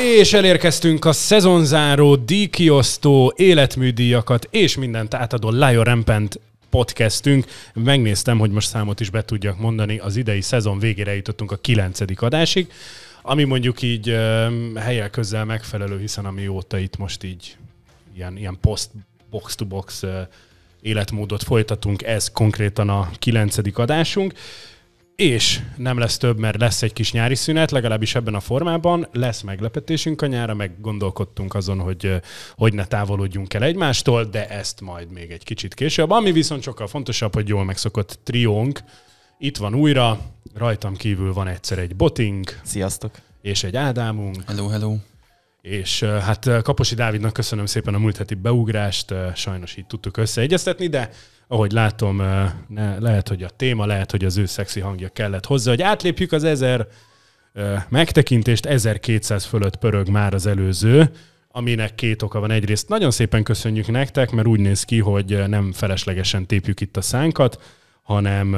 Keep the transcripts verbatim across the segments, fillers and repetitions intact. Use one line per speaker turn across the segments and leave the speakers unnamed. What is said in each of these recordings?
És elérkeztünk a szezonzáró, díjkiosztó, életműdíjakat és mindent átadó Lion Rampant podcastünk. Megnéztem, hogy most számot is be tudjak mondani. Az idei szezon végére jutottunk a kilencedik adásig, ami mondjuk így uh, helyel közel megfelelő, hiszen amióta itt most így ilyen, ilyen post box-to-box uh, életmódot folytatunk, ez konkrétan a kilencedik adásunk. És nem lesz több, mert lesz egy kis nyári szünet, legalábbis ebben a formában. Lesz meglepetésünk a nyára, meg gondolkodtunk azon, hogy hogy ne távolodjunk el egymástól, de ezt majd még egy kicsit később. Ami viszont sokkal fontosabb, hogy jól megszokott triónk itt van újra. Rajtam kívül van egyszer egy Boting.
Sziasztok.
És egy Ádámunk.
Hello, hello.
És hát Kaposi Dávidnak köszönöm szépen a múlt heti beugrást. Sajnos így tudtuk összeegyeztetni, de ahogy látom, ne, lehet, hogy a téma, lehet, hogy az ő szexi hangja kellett hozzá, hogy átlépjük az ezer megtekintést, ezerkétszáz fölött pörög már az előző, aminek két oka van. Egyrészt nagyon szépen köszönjük nektek, mert úgy néz ki, hogy nem feleslegesen tépjük itt a szánkat, hanem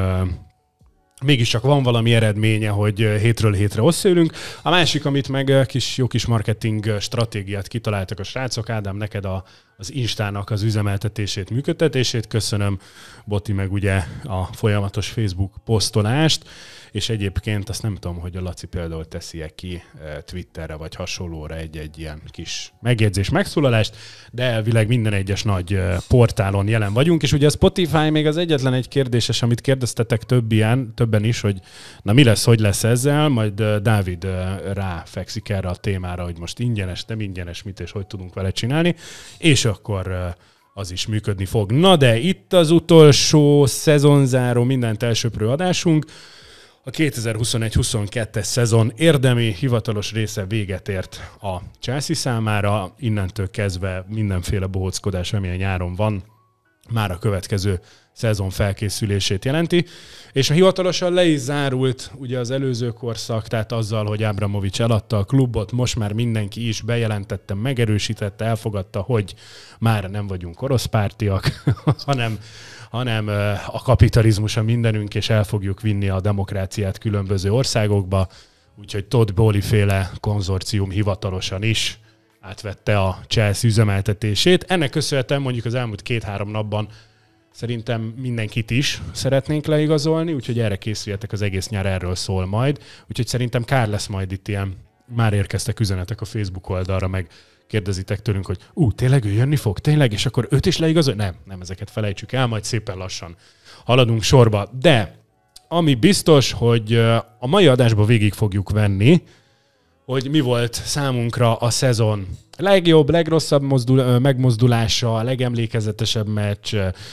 mégiscsak van valami eredménye, hogy hétről hétre összeülünk. A másik, amit meg kis, jó kis marketing stratégiát kitaláltak a srácok, Ádám, neked a, az Instának az üzemeltetését, működtetését köszönöm, Boti meg ugye a folyamatos Facebook posztolást, és egyébként azt nem tudom, hogy a Laci például teszi-e ki Twitterre vagy hasonlóra egy-egy ilyen kis megjegyzés, megszólalást, de elvileg minden egyes nagy portálon jelen vagyunk, és ugye a Spotify még az egyetlen egy kérdéses, amit kérdeztetek több ilyen, többen is, hogy na mi lesz, hogy lesz ezzel, majd Dávid ráfekszik erre a témára, hogy most ingyenes, nem ingyenes, mit és hogy tudunk vele csinálni, és akkor az is működni fog. Na de itt az utolsó szezonzáró, mindent elsöprő adásunk. A kétezer-huszonegy huszonkettes szezon érdemi, hivatalos része véget ért a Chelsea számára. Innentől kezdve mindenféle bohóckodás, ami a nyáron van, már a következő szezon felkészülését jelenti. És a hivatalosan le is zárult ugye az előző korszak, tehát azzal, hogy Abramovics eladta a klubot, most már mindenki is bejelentette, megerősítette, elfogadta, hogy már nem vagyunk oroszpártiak, hanem hanem a kapitalizmus a mindenünk, és el fogjuk vinni a demokráciát különböző országokba. Úgyhogy Todd Bowley féle konzorcium hivatalosan is átvette a Chelsea üzemeltetését. Ennek köszönhetően mondjuk az elmúlt két-három napban szerintem mindenkit is szeretnénk leigazolni, úgyhogy erre készüljetek, az egész nyár erről szól majd. Úgyhogy szerintem kár lesz majd itt ilyen, már érkeztek üzenetek a Facebook oldalra, meg kérdezitek tőlünk, hogy ú, tényleg ő jönni fog? Tényleg? És akkor őt is leigazol? Nem, nem, ezeket felejtsük el, majd szépen lassan haladunk sorba. De ami biztos, hogy a mai adásban végig fogjuk venni, hogy mi volt számunkra a szezon legjobb, legrosszabb mozdul, megmozdulása, a legemlékezetesebb meccs,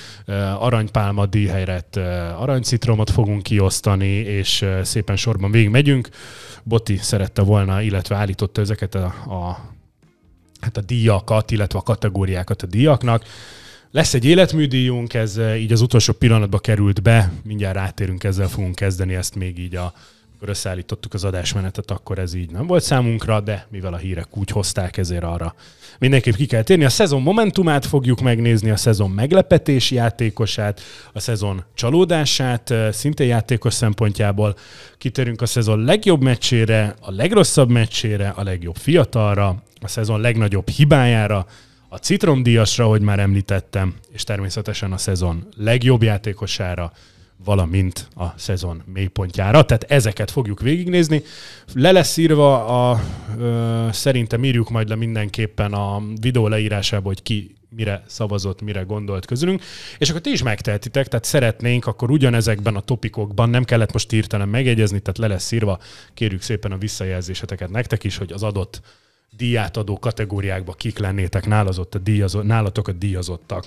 aranypálma díj helyett aranycitromot fogunk kiosztani, és szépen sorban végig megyünk. Boti szerette volna, illetve állította ezeket a, a hát a díjakat, illetve a kategóriákat a díjaknak. Lesz egy életműdíjunk, ez így az utolsó pillanatban került be, mindjárt rátérünk, ezzel fogunk kezdeni, ezt még így, a, amikor összeállítottuk az adásmenetet, akkor ez így nem volt számunkra, de mivel a hírek úgy hozták, ezért arra mindenképp ki kell térni. A szezon momentumát fogjuk megnézni, a szezon meglepetési játékosát, a szezon csalódását, szintén játékos szempontjából. Kitérünk a szezon legjobb meccsére, a legrosszabb meccsére, a legjobb fiatalra, a szezon legnagyobb hibájára, a citromdíjasra, ahogy már említettem, és természetesen a szezon legjobb játékosára, valamint a szezon mélypontjára. Tehát ezeket fogjuk végignézni. Le lesz írva, a, ö, szerintem írjuk majd le mindenképpen a videó leírásába, hogy ki mire szavazott, mire gondolt közülünk, és akkor ti is megtehetitek, tehát szeretnénk akkor ugyanezekben a topikokban, nem kellett most hirtelen megegyezni, tehát le lesz írva, kérjük szépen a visszajelzéseteket nektek is, hogy az adott díjátadó kategóriákba kik lennétek nálazott a díjazott, nálatok a díjazottak.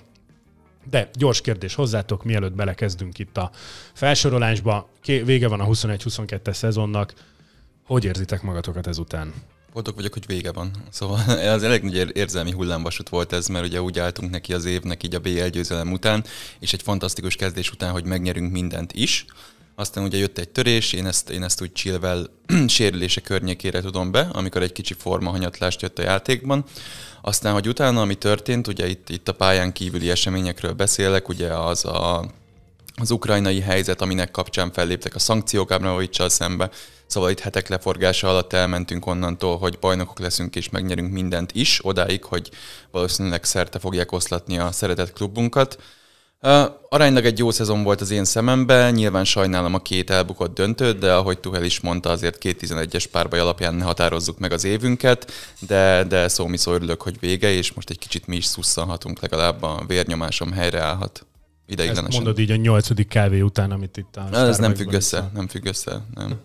De gyors kérdés hozzátok, mielőtt belekezdünk itt a felsorolásba. Vége van a huszonegy huszonkettes szezonnak. Hogy érzitek magatokat ezután?
Boldog vagyok, hogy vége van. Szóval az elég nagy érzelmi hullámvasút volt ez, mert ugye úgy álltunk neki az évnek így a bé el győzelem után, és egy fantasztikus kezdés után, hogy megnyerünk mindent is. Aztán ugye jött egy törés, én ezt, én ezt úgy Chilwell sérülése környékére tudom be, amikor egy kicsi formahanyatlást jött a játékban. Aztán, hogy utána, ami történt, ugye itt, itt a pályán kívüli eseményekről beszélek, ugye az a, az ukrajnai helyzet, aminek kapcsán felléptek a szankciók Abramovics-sal szembe. Szóval Szóval itt hetek leforgása alatt elmentünk onnantól, hogy bajnokok leszünk és megnyerünk mindent is, odáig, hogy valószínűleg szerte fogják oszlatni a szeretett klubunkat. Uh, aránylag egy jó szezon volt az én szememben, nyilván sajnálom a két elbukott döntőt, de ahogy Tuchel is mondta, azért két tizenegyes párbaj alapján ne határozzuk meg az évünket, de, de szó mi szó örülök, hogy vége, és most egy kicsit mi is szusszanhatunk, legalább a vérnyomásom helyreállhat ideiglenesen.
Ezt mondod így a nyolcadik kávé után, amit itt a...
Ez nem függ össze, nem függ össze, nem.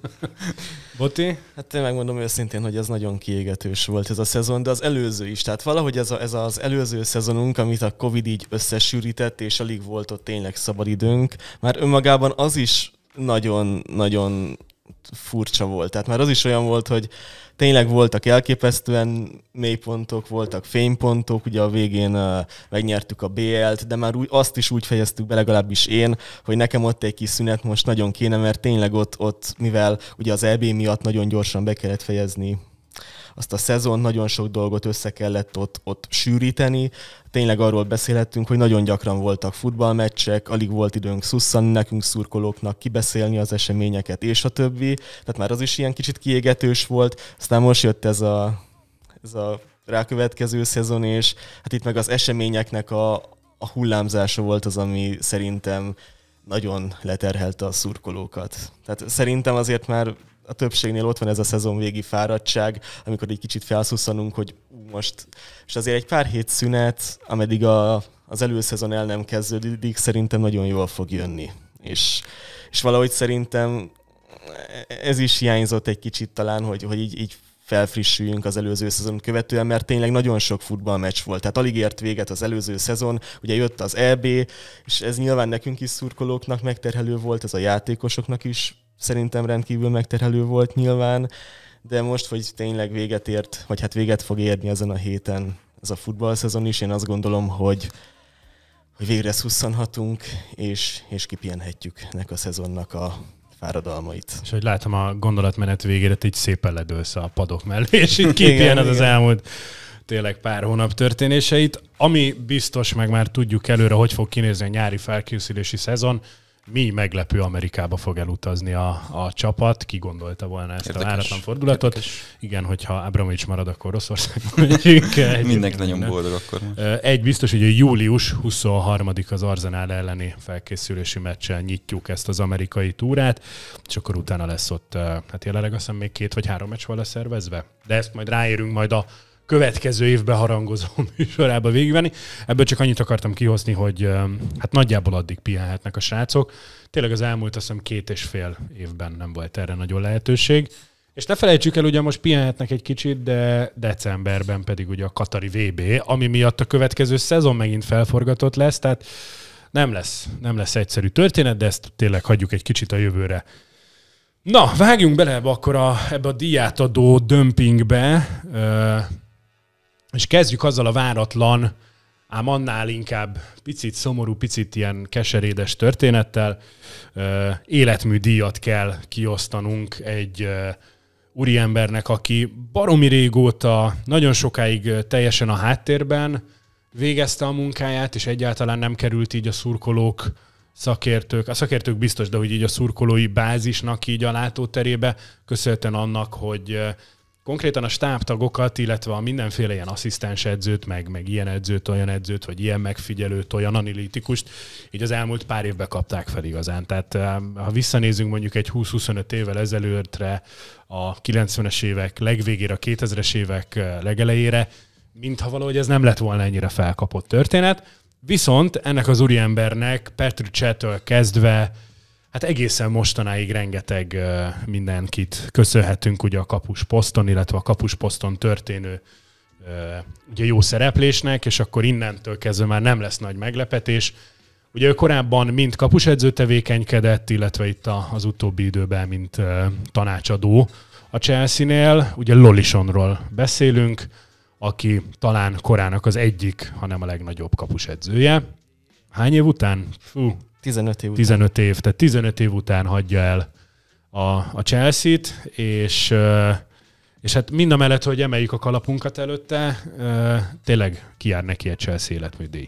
Boti?
Hát én megmondom őszintén, hogy ez nagyon kiégetős volt ez a szezon, de az előző is. Tehát valahogy ez, a, ez az előző szezonunk, amit a Covid így összesűrített, és alig volt ott tényleg szabadidőnk, már önmagában az is nagyon-nagyon furcsa volt. Tehát már az is olyan volt, hogy tényleg voltak elképesztően mélypontok, voltak fénypontok, ugye a végén uh, megnyertük a bé el-t, de már úgy, azt is úgy fejeztük be, legalábbis én, hogy nekem ott egy kis szünet most nagyon kéne, mert tényleg ott, ott mivel ugye az é bé miatt nagyon gyorsan be kellett fejezni azt a szezon, nagyon sok dolgot össze kellett ott, ott sűríteni. Tényleg arról beszélhettünk, hogy nagyon gyakran voltak futballmeccsek, alig volt időnk szusszani nekünk szurkolóknak, kibeszélni az eseményeket, és a többi. Tehát már az is ilyen kicsit kiégetős volt. Aztán most jött ez a, ez a rákövetkező szezon, és hát itt meg az eseményeknek a, a hullámzása volt az, ami szerintem nagyon leterhelte a szurkolókat. Tehát szerintem azért már a többségnél ott van ez a szezon végi fáradtság, amikor egy kicsit felszusszanunk, hogy most, és azért egy pár hét szünet, ameddig a, az előszezon el nem kezdődik, szerintem nagyon jól fog jönni. És, és valahogy szerintem ez is hiányzott egy kicsit talán, hogy, hogy így, így felfrissüljünk az előző szezon követően, mert tényleg nagyon sok futballmeccs volt. Tehát alig ért véget az előző szezon, ugye jött az é bé, és ez nyilván nekünk is szurkolóknak megterhelő volt, ez a játékosoknak is szerintem rendkívül megterhelő volt nyilván, de most, hogy tényleg véget ért, vagy hát véget fog érni ezen a héten ez a futballszezon is, én azt gondolom, hogy, hogy végre szusszanhatunk, és, és kipihenhetjük ennek a szezonnak a fáradalmait.
És hogy látom a gondolatmenet végére, így szépen ledőlsz a padok mellé, és itt kipihened az elmúlt tényleg pár hónap történéseit. Ami biztos, meg már tudjuk előre, hogy fog kinézni a nyári felkészülési szezon, mi meglepő Amerikába fog elutazni a, a csapat. Ki gondolta volna ezt Érdekes. a váratlan fordulatot? Érdekes. Igen, hogyha Abramovics marad, akkor Oroszországban megyünk.
Mindenki nagyon boldog akkor most.
Egy biztos, hogy a július huszonharmadika az Arsenal elleni felkészülési meccsel nyitjuk ezt az amerikai túrát, és akkor utána lesz ott, hát jelenleg azt hiszem még két vagy három meccs van leszervezve, de ezt majd ráérünk majd a következő évben harangozó műsorába végigvenni. Ebből csak annyit akartam kihozni, hogy hát nagyjából addig pihenhetnek a srácok. Tényleg az elmúlt azt hiszem két és fél évben nem volt erre nagyon lehetőség. És ne felejtsük el, ugye most pihenhetnek egy kicsit, de decemberben pedig ugye a katari vé bé, ami miatt a következő szezon megint felforgatott lesz, tehát nem lesz, nem lesz egyszerű történet, de ezt tényleg hagyjuk egy kicsit a jövőre. Na, vágjunk bele ebbe akkor a, ebbe a díjátadó dömpingbe, és kezdjük azzal a váratlan, ám annál inkább picit szomorú, picit ilyen keserédes történettel. Életmű díjat kell kiosztanunk egy úriembernek, aki baromi régóta, nagyon sokáig teljesen a háttérben végezte a munkáját, és egyáltalán nem került így a szurkolók, szakértők, a szakértők biztos, de hogy így a szurkolói bázisnak így a látóterébe, köszönhetően annak, hogy konkrétan a stábtagokat, illetve a mindenféle ilyen asszisztens edzőt, meg, meg ilyen edzőt, olyan edzőt, vagy ilyen megfigyelőt, olyan analitikust, így az elmúlt pár évben kapták fel igazán. Tehát ha visszanézünk mondjuk egy húsz-huszonöt évvel ezelőttre, a kilencvenes évek legvégére, a kétezres évek legelejére, mintha valahogy ez nem lett volna ennyire felkapott történet. Viszont ennek az úriembernek Petrucci-től kezdve hát egészen mostanáig rengeteg uh, mindenkit köszönhetünk ugye a kapusposzton, illetve a kapusposzton történő uh, ugye jó szereplésnek, és akkor innentől kezdve már nem lesz nagy meglepetés. Ugye ő korábban mind kapusedző tevékenykedett, illetve itt a, az utóbbi időben, mint uh, tanácsadó a Chelsea-nél. Ugye Lolisonról beszélünk, aki talán korának az egyik, hanem a legnagyobb kapusedzője. Hány év után? Fú,
tizenöt év után.
tizenöt év, tehát tizenöt év után hagyja el a, a Chelsea-t, és, és hát mind a mellett, hogy emeljük a kalapunkat előtte, tényleg kijár neki egy Chelsea életműdíj.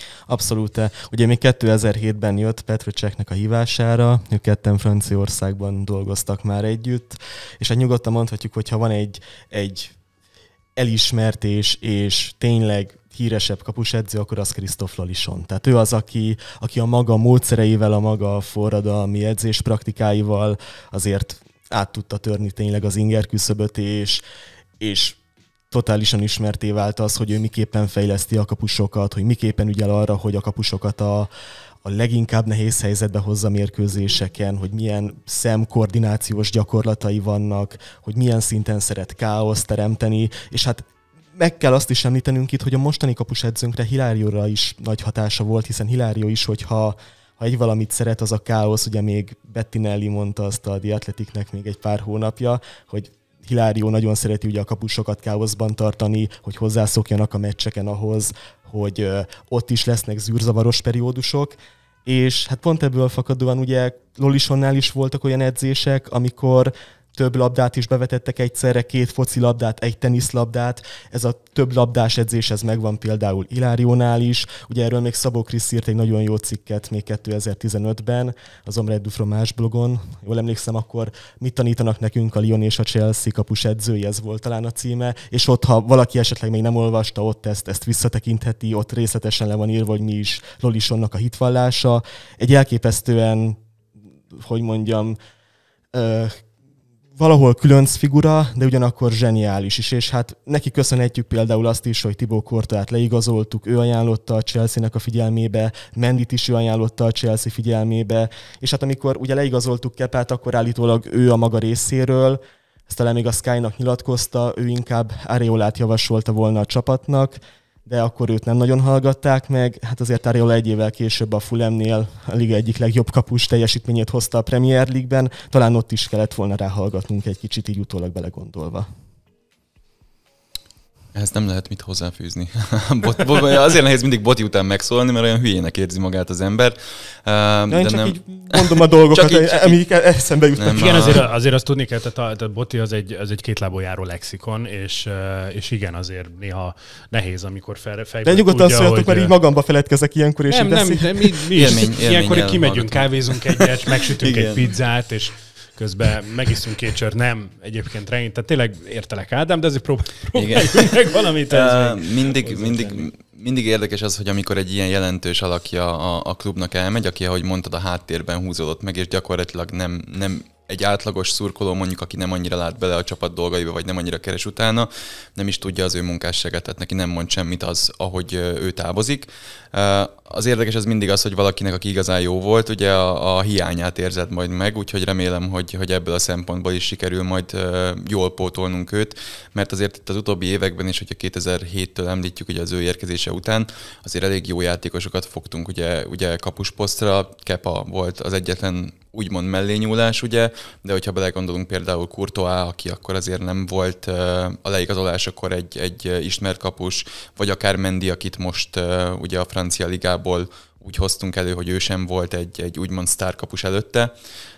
Abszolút. Ugye még kétezer-hétben jött Petr Cechnek a hívására, ők ketten Franciaországban dolgoztak már együtt, és hát nyugodtan mondhatjuk, hogy ha van egy, egy elismert és, és tényleg híresebb kapusedző, akkor az Christophe Lolichon. Tehát ő az, aki, aki a maga módszereivel, a maga forradalmi edzés praktikáival azért át tudta törni tényleg az inger küszöböt, és, és totálisan ismerté vált az, hogy ő miképpen fejleszti a kapusokat, hogy miképpen ügyel arra, hogy a kapusokat a, a leginkább nehéz helyzetbe hozza mérkőzéseken, hogy milyen szemkoordinációs gyakorlatai vannak, hogy milyen szinten szeret káoszt teremteni, és hát meg kell azt is említenünk itt, hogy a mostani kapusedzőnkre Hilárióra is nagy hatása volt, hiszen Hilárió is, hogyha ha egy valamit szeret, az a káosz, ugye még Bettinelli mondta azt a The Athleticnek még egy pár hónapja, hogy Hilárió nagyon szereti ugye a kapusokat káoszban tartani, hogy hozzászokjanak a meccseken ahhoz, hogy ott is lesznek zűrzavaros periódusok, és hát pont ebből fakadóan ugye Lolichonnál is voltak olyan edzések, amikor több labdát is bevetettek egyszerre, két focilabdát, egy teniszlabdát. Ez a több labdás edzés, ez megvan például Hiláriónál is. Ugye erről még Szabó Krisz írt egy nagyon jó cikket még kétezer-tizenötben az Omelette du Fromage blogon. Jól emlékszem, akkor mit tanítanak nekünk a Lyon és a Chelsea kapus edzői, ez volt talán a címe. És ott, ha valaki esetleg még nem olvasta, ott ezt, ezt visszatekintheti, ott részletesen le van írva, hogy mi is Lolichonnak a hitvallása. Egy elképesztően, hogy mondjam, valahol különc figura, de ugyanakkor zseniális is, és hát neki köszönhetjük például azt is, hogy Thibaut Courtois-t leigazoltuk, ő ajánlotta a Chelsea-nek a figyelmébe, Mendit is ő ajánlotta a Chelsea figyelmébe, és hát amikor ugye leigazoltuk Kepát, akkor állítólag ő a maga részéről, ezt talán még a Sky-nak nyilatkozta, ő inkább Areolát javasolta volna a csapatnak, de akkor őt nem nagyon hallgatták meg. Hát azért Areola egy évvel később a Fulhamnél a liga egyik legjobb kapus teljesítményét hozta a Premier League-ben. Talán ott is kellett volna ráhallgatnunk egy kicsit, így utólag belegondolva.
Ehhez nem lehet mit hozzáfűzni. bot, bot, azért nehéz mindig Boti után megszólalni, mert olyan hülyének érzi magát az ember.
Uh, de én csak nem... így mondom a dolgokat, így, amik eszembe jutnak.
Igen, azért, azért azt tudni kell, tehát a Boti az egy, az egy két lábon járó lexikon, és, és igen, azért néha nehéz, amikor fel, fejben
de nyugodtan
tudja,
szóljatok, mert így magamba feledkezek ilyenkor, és
nem, nem, nem, mi, mi
élmény, élmény
ilyenkor kimegyünk, kávézunk egyet, megsütünk
igen.
egy pizzát, és közben megiszunk két sört, nem, egyébként remény, tehát tényleg értelek Ádám, de azért próbáljunk meg valamit.
Uh, mindig, mindig, mindig érdekes az, hogy amikor egy ilyen jelentős alakja a, a klubnak elmegy, aki, ahogy mondtad, a háttérben húzódott meg, és gyakorlatilag nem, nem egy átlagos szurkoló, mondjuk, aki nem annyira lát bele a csapat dolgaiba, vagy nem annyira keres utána, nem is tudja az ő munkásságát, tehát neki nem mond semmit az, ahogy ő távozik. Az érdekes az mindig az, hogy valakinek, aki igazán jó volt, ugye a, a hiányát érzed majd meg, úgyhogy remélem, hogy, hogy ebből a szempontból is sikerül majd jól pótolnunk őt, mert azért itt az utóbbi években is, hogyha kétezer-héttől említjük ugye az ő érkezése után, azért elég jó játékosokat fogtunk ugye, ugye kapusposztra, Kepa volt az egyetlen úgymond mellényúlás, ugye, de hogyha belegondolunk például Courtois, aki akkor azért nem volt a leigazolásakor egy, egy ismert kapus, vagy akár Mendy, akit most ugye a francia ligából úgy hoztunk elő, hogy ő sem volt egy, egy úgymond sztárkapus előtte.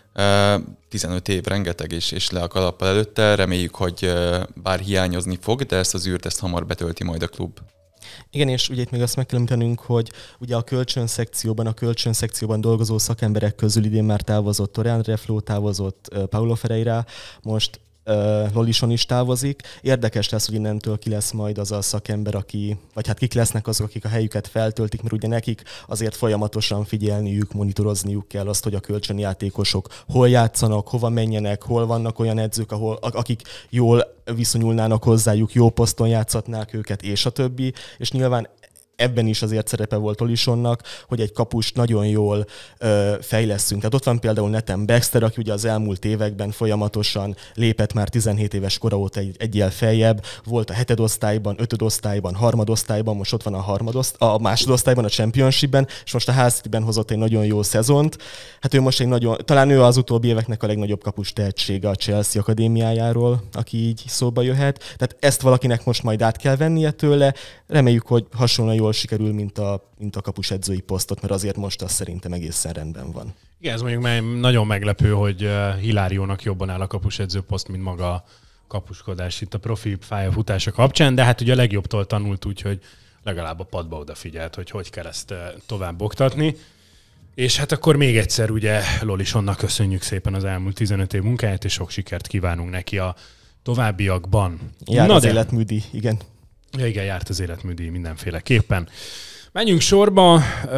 tizenöt év rengeteg, és, és le a kalappal előtte. Reméljük, hogy bár hiányozni fog, de ezt az űrt ezt hamar betölti majd a klub.
Igen, és ugye itt még azt meg kell említenünk, hogy ugye a kölcsönszekcióban, a kölcsönszekcióban dolgozó szakemberek közül idén már távozott Torreán Refló, távozott uh, Paulo Ferreira, most uh, Lolichon is távozik. Érdekes lesz, hogy innentől ki lesz majd az a szakember, aki, vagy hát kik lesznek azok, akik a helyüket feltöltik, mert ugye nekik azért folyamatosan figyelniük, monitorozniuk kell azt, hogy a kölcsönjátékosok hol játszanak, hova menjenek, hol vannak olyan edzők, ahol, akik jól viszonyulnának hozzájuk, jó poszton játszhatnák őket, és a többi, és nyilván ebben is azért szerepe volt Lolichonnak, hogy egy kapust nagyon jól ö, fejlesszünk. Tehát ott van például Nathan Baxter, aki ugye az elmúlt években folyamatosan lépett már tizenhét éves kora óta egy, egyel feljebb, volt a hetedosztályban, ötödosztályban, harmadosztályban, most ott van a, harmadoszt, a másodosztályban, a Championshipben, és most a Hull hozott egy nagyon jó szezont. Hát ő most egy nagyon, talán ő az utóbbi éveknek a legnagyobb kapus tehetsége a Chelsea akadémiájáról, aki így szóba jöhet. Tehát ezt valakinek most majd át kell vennie tőle. Reméljük, hogy hasonlóan jól sikerül, mint a, mint a kapusedzői posztot, mert azért most az szerintem egészen rendben van.
Igen, ez mondjuk nagyon meglepő, hogy Hiláriónak jobban áll a kapusedző poszt, mint maga a kapuskodás itt a profi pályafutása kapcsán, de hát ugye a legjobbtól tanult, úgyhogy legalább a padba odafigyelt, hogy hogy kell ezt tovább oktatni. És hát akkor még egyszer ugye Lolisonnak köszönjük szépen az elmúlt tizenöt év munkáját, és sok sikert kívánunk neki a továbbiakban.
Jár Na az de... életműdíj, igen.
Ja, igen, járt az életműdíj mindenféleképpen. Menjünk sorba,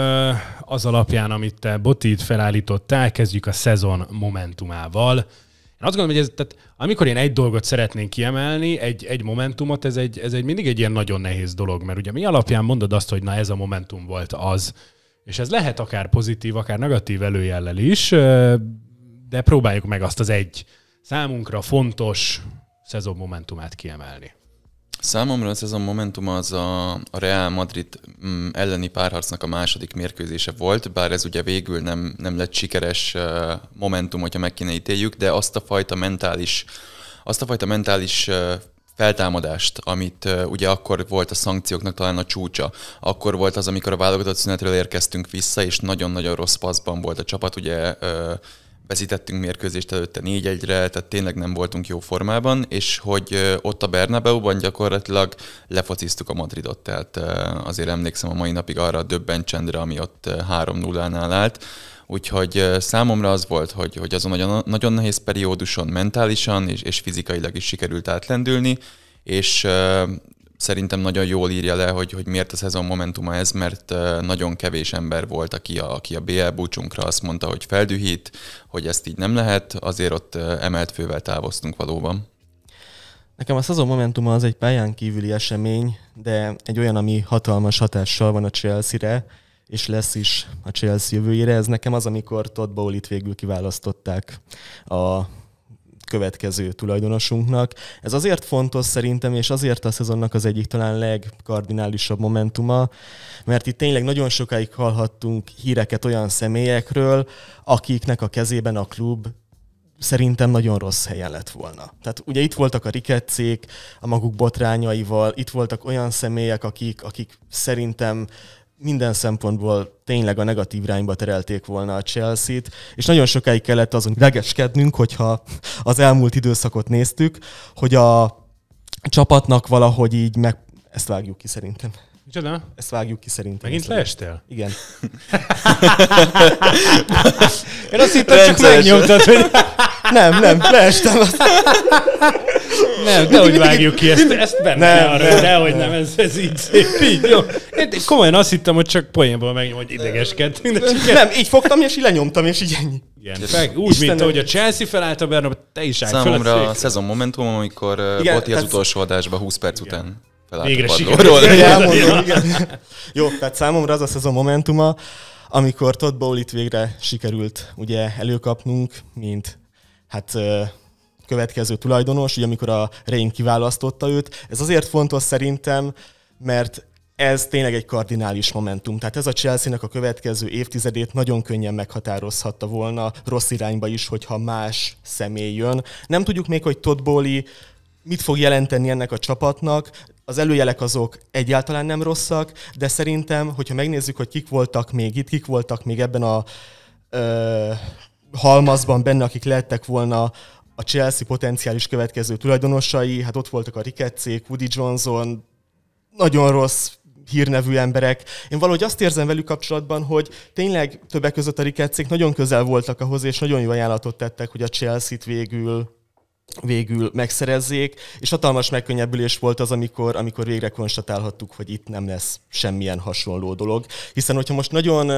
az alapján, amit te, Boti, itt felállítottál, kezdjük a szezon momentumával. Én azt gondolom, hogy ez, tehát, amikor én egy dolgot szeretnénk kiemelni, egy, egy momentumot, ez egy, ez egy mindig egy ilyen nagyon nehéz dolog, mert ugye mi alapján mondod azt, hogy na ez a momentum volt az, és ez lehet akár pozitív, akár negatív előjellel is, de próbáljuk meg azt az egy számunkra fontos szezon momentumát kiemelni.
Számomra a szezon momentum az a, a Real Madrid elleni párharcnak a második mérkőzése volt, bár ez ugye végül nem, nem lett sikeres momentum, hogyha meg kéne ítéljük, de azt a fajta mentális, azt a fajta mentális feltámadást, amit ugye akkor volt a szankcióknak talán a csúcsa. Akkor volt az, amikor a válogatott szünetről érkeztünk vissza, és nagyon-nagyon rossz paszban volt a csapat, ugye veszítettünk mérkőzést előtte négy egyre, tehát tényleg nem voltunk jó formában, és hogy ott a Bernabeuban gyakorlatilag lefociztuk a Madridot, tehát azért emlékszem a mai napig arra a döbbencsendre, ami ott három nullánál állt. Úgyhogy számomra az volt, hogy, hogy azon nagyon, nagyon nehéz perióduson mentálisan és, és fizikailag is sikerült átlendülni, és szerintem nagyon jól írja le, hogy, hogy miért a szezon momentuma ez, mert nagyon kevés ember volt, aki a, aki a bé el búcsunkra azt mondta, hogy feldühít, hogy ezt így nem lehet, azért ott emelt fővel távoztunk valóban.
Nekem a szezon momentuma az egy pályán kívüli esemény, de egy olyan, ami hatalmas hatással van a Chelsea-re, és lesz is a Chelsea jövőjére. Ez nekem az, amikor Todd Bowley-t végül kiválasztották a következő tulajdonosunknak. Ez azért fontos szerintem, és azért a szezonnak az egyik talán legkardinálisabb momentuma, mert itt tényleg nagyon sokáig hallhattunk híreket olyan személyekről, akiknek a kezében a klub szerintem nagyon rossz helyen lett volna. Tehát ugye itt voltak a Riketszék a maguk botrányaival, itt voltak olyan személyek, akik, akik szerintem minden szempontból tényleg a negatív irányba terelték volna a Chelsea-t, és nagyon sokáig kellett azon idegeskednünk, hogyha az elmúlt időszakot néztük, hogy a csapatnak valahogy így meg... Ezt vágjuk ki szerintem.
Micsoda?
Ezt vágjuk ki szerintem.
Megint leestél?
Igen.
Én azt hittem, csak megnyomtad, hogy...
Nem, nem, leestem.
Nem, dehogy vágjuk ki ezt, ezt benne nem, arra, nem, dehogy nem, ez, ez így szép, így jó. Én komolyan azt hittem, hogy csak poénból megnyom, hogy idegeskedtünk.
Nem, így fogtam, és így lenyomtam, és így ennyi.
Igen, meg, úgy, Istenem. Mint ahogy a Chelsea felállt a Bernabeu, te is állj
számomra fel a szezon momentum, amikor igen, Boti az utolsó adásban húsz perc igen. után felállt
végre
a padlóról.
Elmondom, igen. Jó, tehát számomra az a szezon momentuma, amikor Todd Bowley-t végre sikerült ugye előkapnunk, mint hát következő tulajdonos, ugye amikor a Rein kiválasztotta őt. Ez azért fontos szerintem, mert ez tényleg egy kardinális momentum. Tehát ez a Chelsea-nek a következő évtizedét nagyon könnyen meghatározhatta volna rossz irányba is, hogyha más személy jön. Nem tudjuk még, hogy Todd Bowley mit fog jelenteni ennek a csapatnak. Az előjelek azok egyáltalán nem rosszak, de szerintem, hogyha megnézzük, hogy kik voltak még itt, kik voltak még ebben a ö, halmazban benne, akik lehettek volna a Chelsea potenciális következő tulajdonosai, hát ott voltak a Riketszék, Woody Johnson, nagyon rossz hírnevű emberek. Én valahogy azt érzem velük kapcsolatban, hogy tényleg többek között a Riketszék nagyon közel voltak ahhoz, és nagyon jó ajánlatot tettek, hogy a Chelsea-t végül, végül megszerezzék, és hatalmas megkönnyebbülés volt az, amikor, amikor végre konstatálhattuk, hogy itt nem lesz semmilyen hasonló dolog. Hiszen, hogyha most nagyon,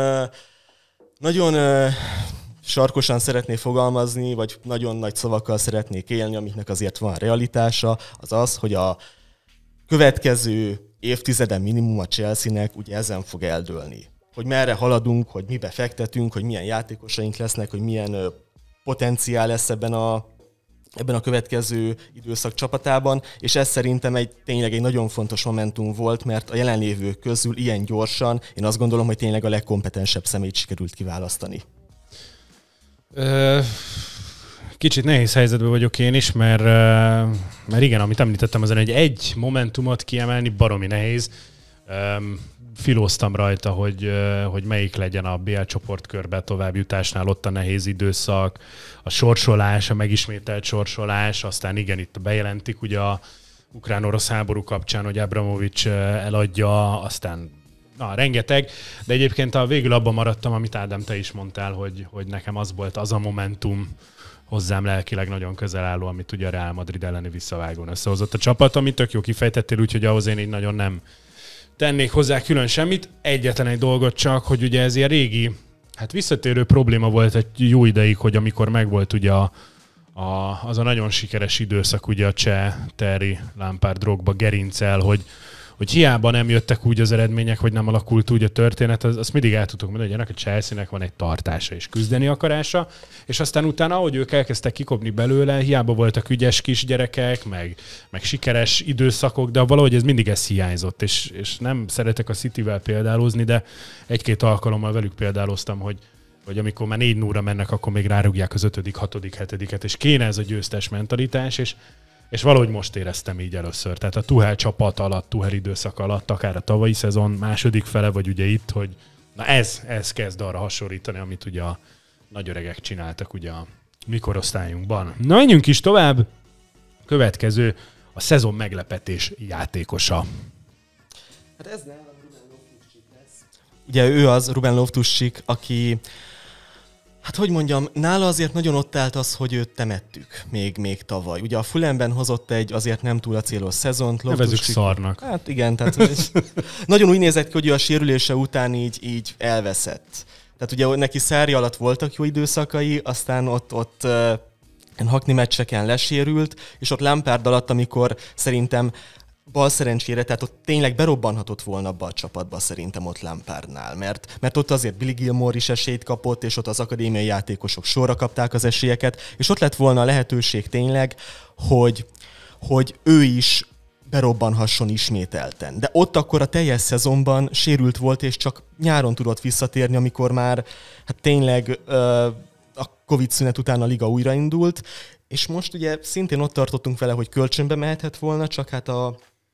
nagyon sarkosan szeretnék fogalmazni, vagy nagyon nagy szavakkal szeretnék élni, amiknek azért van realitása, az az, hogy a következő évtizeden minimum a Chelsea-nek ugye ezen fog eldőlni. Hogy merre haladunk, hogy mibe fektetünk, hogy milyen játékosaink lesznek, hogy milyen ö, potenciál lesz ebben a, ebben a következő időszak csapatában, és ez szerintem egy tényleg egy nagyon fontos momentum volt, mert a jelenlévők közül ilyen gyorsan én azt gondolom, hogy tényleg a legkompetensebb személyt sikerült kiválasztani.
Ö... Kicsit nehéz helyzetben vagyok én is, mert, mert igen, amit említettem, azon egy egy momentumot kiemelni baromi nehéz. Filóztam rajta, hogy, hogy melyik legyen a bé el csoportkörbe továbbjutásnál ott a nehéz időszak, a sorsolás, a megismételt sorsolás, aztán igen, itt bejelentik ugye a ukrán-orosz háború kapcsán, hogy Abramovics eladja, aztán na, rengeteg, de egyébként a végül abban maradtam, amit Ádám, te is mondtál, hogy, hogy nekem az volt az a momentum, hozzám lelkileg nagyon közel álló, amit ugye a Real Madrid elleni visszavágón összehozott a csapat, amit tök jó kifejtettél, úgyhogy ahhoz én így nagyon nem tennék hozzá külön semmit. Egyetlen egy dolgot csak, hogy ugye ez ilyen régi, hát visszatérő probléma volt egy jó ideig, hogy amikor megvolt ugye a, a, az a nagyon sikeres időszak, ugye a Cseh, Terry, Lampard, Drogba, gerincel, hogy hogy hiába nem jöttek úgy az eredmények, hogy nem alakult úgy a történet, az, azt mindig el tudtuk mondani, hogy ennek a Chelsea-nek van egy tartása és küzdeni akarása, és aztán utána, ahogy ők elkezdtek kikopni belőle, hiába voltak ügyes kisgyerekek, meg, meg sikeres időszakok, de valahogy ez mindig ez hiányzott, és, és nem szeretek a Cityvel példálózni, de egy-két alkalommal velük példáloztam, hogy hogy amikor már négy nulla mennek, akkor még rárugják az ötödik, hatodik, hetediket, és kéne ez a győztes mentalitás, és És valahogy most éreztem így először. Tehát a Tuchel csapat alatt, Tuchel időszak alatt, akár a tavalyi szezon második fele, vagy ugye itt, hogy na ez, ez kezd arra hasonlítani, amit ugye a nagy öregek csináltak ugye a mi korosztályunkban. Na, menjünk is tovább. Következő a szezon meglepetés játékosa.
Hát ez nem Ruben Loftus-Cheek lesz. Ugye ő az, Ruben Loftus-Cheek, aki hát hogy mondjam, nála azért nagyon ott állt az, hogy őt temettük még, még tavaly. Ugye a Fulhamben hozott egy azért nem túl a célos szezont.
Nevezzük szarnak.
Hát igen, tehát nagyon úgy nézett ki, hogy ő a sérülése után így, így elveszett. Tehát ugye neki Sarri alatt voltak jó időszakai, aztán ott, ott uh, hakni meccseken lesérült, és ott Lampard alatt, amikor szerintem bal szerencsére, tehát ott tényleg berobbanhatott volna abba a csapatba szerintem ott Lampardnál, mert, mert ott azért Billy Gilmore is esélyt kapott, és ott az akadémiai játékosok sorra kapták az esélyeket, és ott lett volna a lehetőség tényleg, hogy, hogy ő is berobbanhasson ismételten. De ott akkor a teljes szezonban sérült volt, és csak nyáron tudott visszatérni, amikor már hát tényleg ö, a Covid szünet után a liga újraindult, és most ugye szintén ott tartottunk vele, hogy kölcsönbe mehetett volna, csak hát a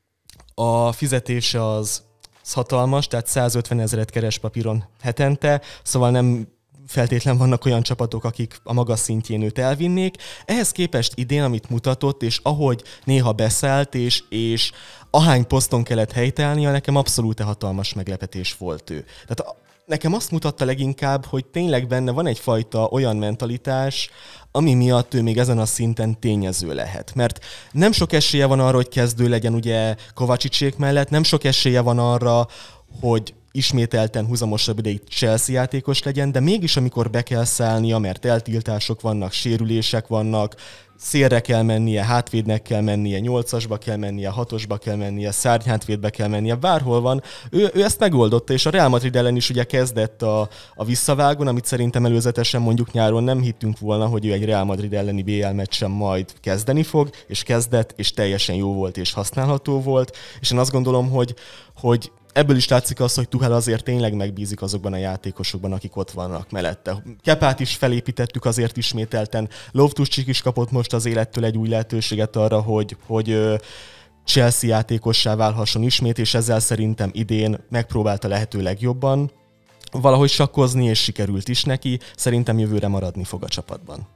A fizetése az, az hatalmas, tehát százötven ezeret keres papíron hetente, szóval nem feltétlen vannak olyan csapatok, akik a magas szintjén őt elvinnék. Ehhez képest idén, amit mutatott, és ahogy néha beszállt, és, és ahány poszton kellett helytállnia, nekem abszolút hatalmas meglepetés volt ő. Tehát nekem azt mutatta leginkább, hogy tényleg benne van egyfajta olyan mentalitás, ami miatt ő még ezen a szinten tényező lehet. Mert nem sok esélye van arra, hogy kezdő legyen ugye Kovácsicsék mellett, nem sok esélye van arra, hogy ismételten húzamosabb ideig Chelsea játékos legyen, de mégis amikor be kell szállnia, mert eltiltások vannak, sérülések vannak, szélre kell mennie, hátvédnek kell mennie, nyolcasba kell mennie, hatosba kell mennie, szárnyhátvédbe kell mennie, bárhol van. Ő, ő ezt megoldotta, és a Real Madrid ellen is ugye kezdett a, a visszavágon, amit szerintem előzetesen mondjuk nyáron nem hittünk volna, hogy ő egy Real Madrid elleni bé el meccsen majd kezdeni fog, és kezdett, és teljesen jó volt, és használható volt, és én azt gondolom, hogy, hogy ebből is látszik az, hogy Tuchel azért tényleg megbízik azokban a játékosokban, akik ott vannak mellette. Kepát is felépítettük azért ismételten. Loftus-Cheek is kapott most az élettől egy új lehetőséget arra, hogy, hogy Chelsea játékossá válhasson ismét, és ezzel szerintem idén megpróbálta lehető legjobban valahogy sakkozni, és sikerült is neki. Szerintem jövőre maradni fog a csapatban.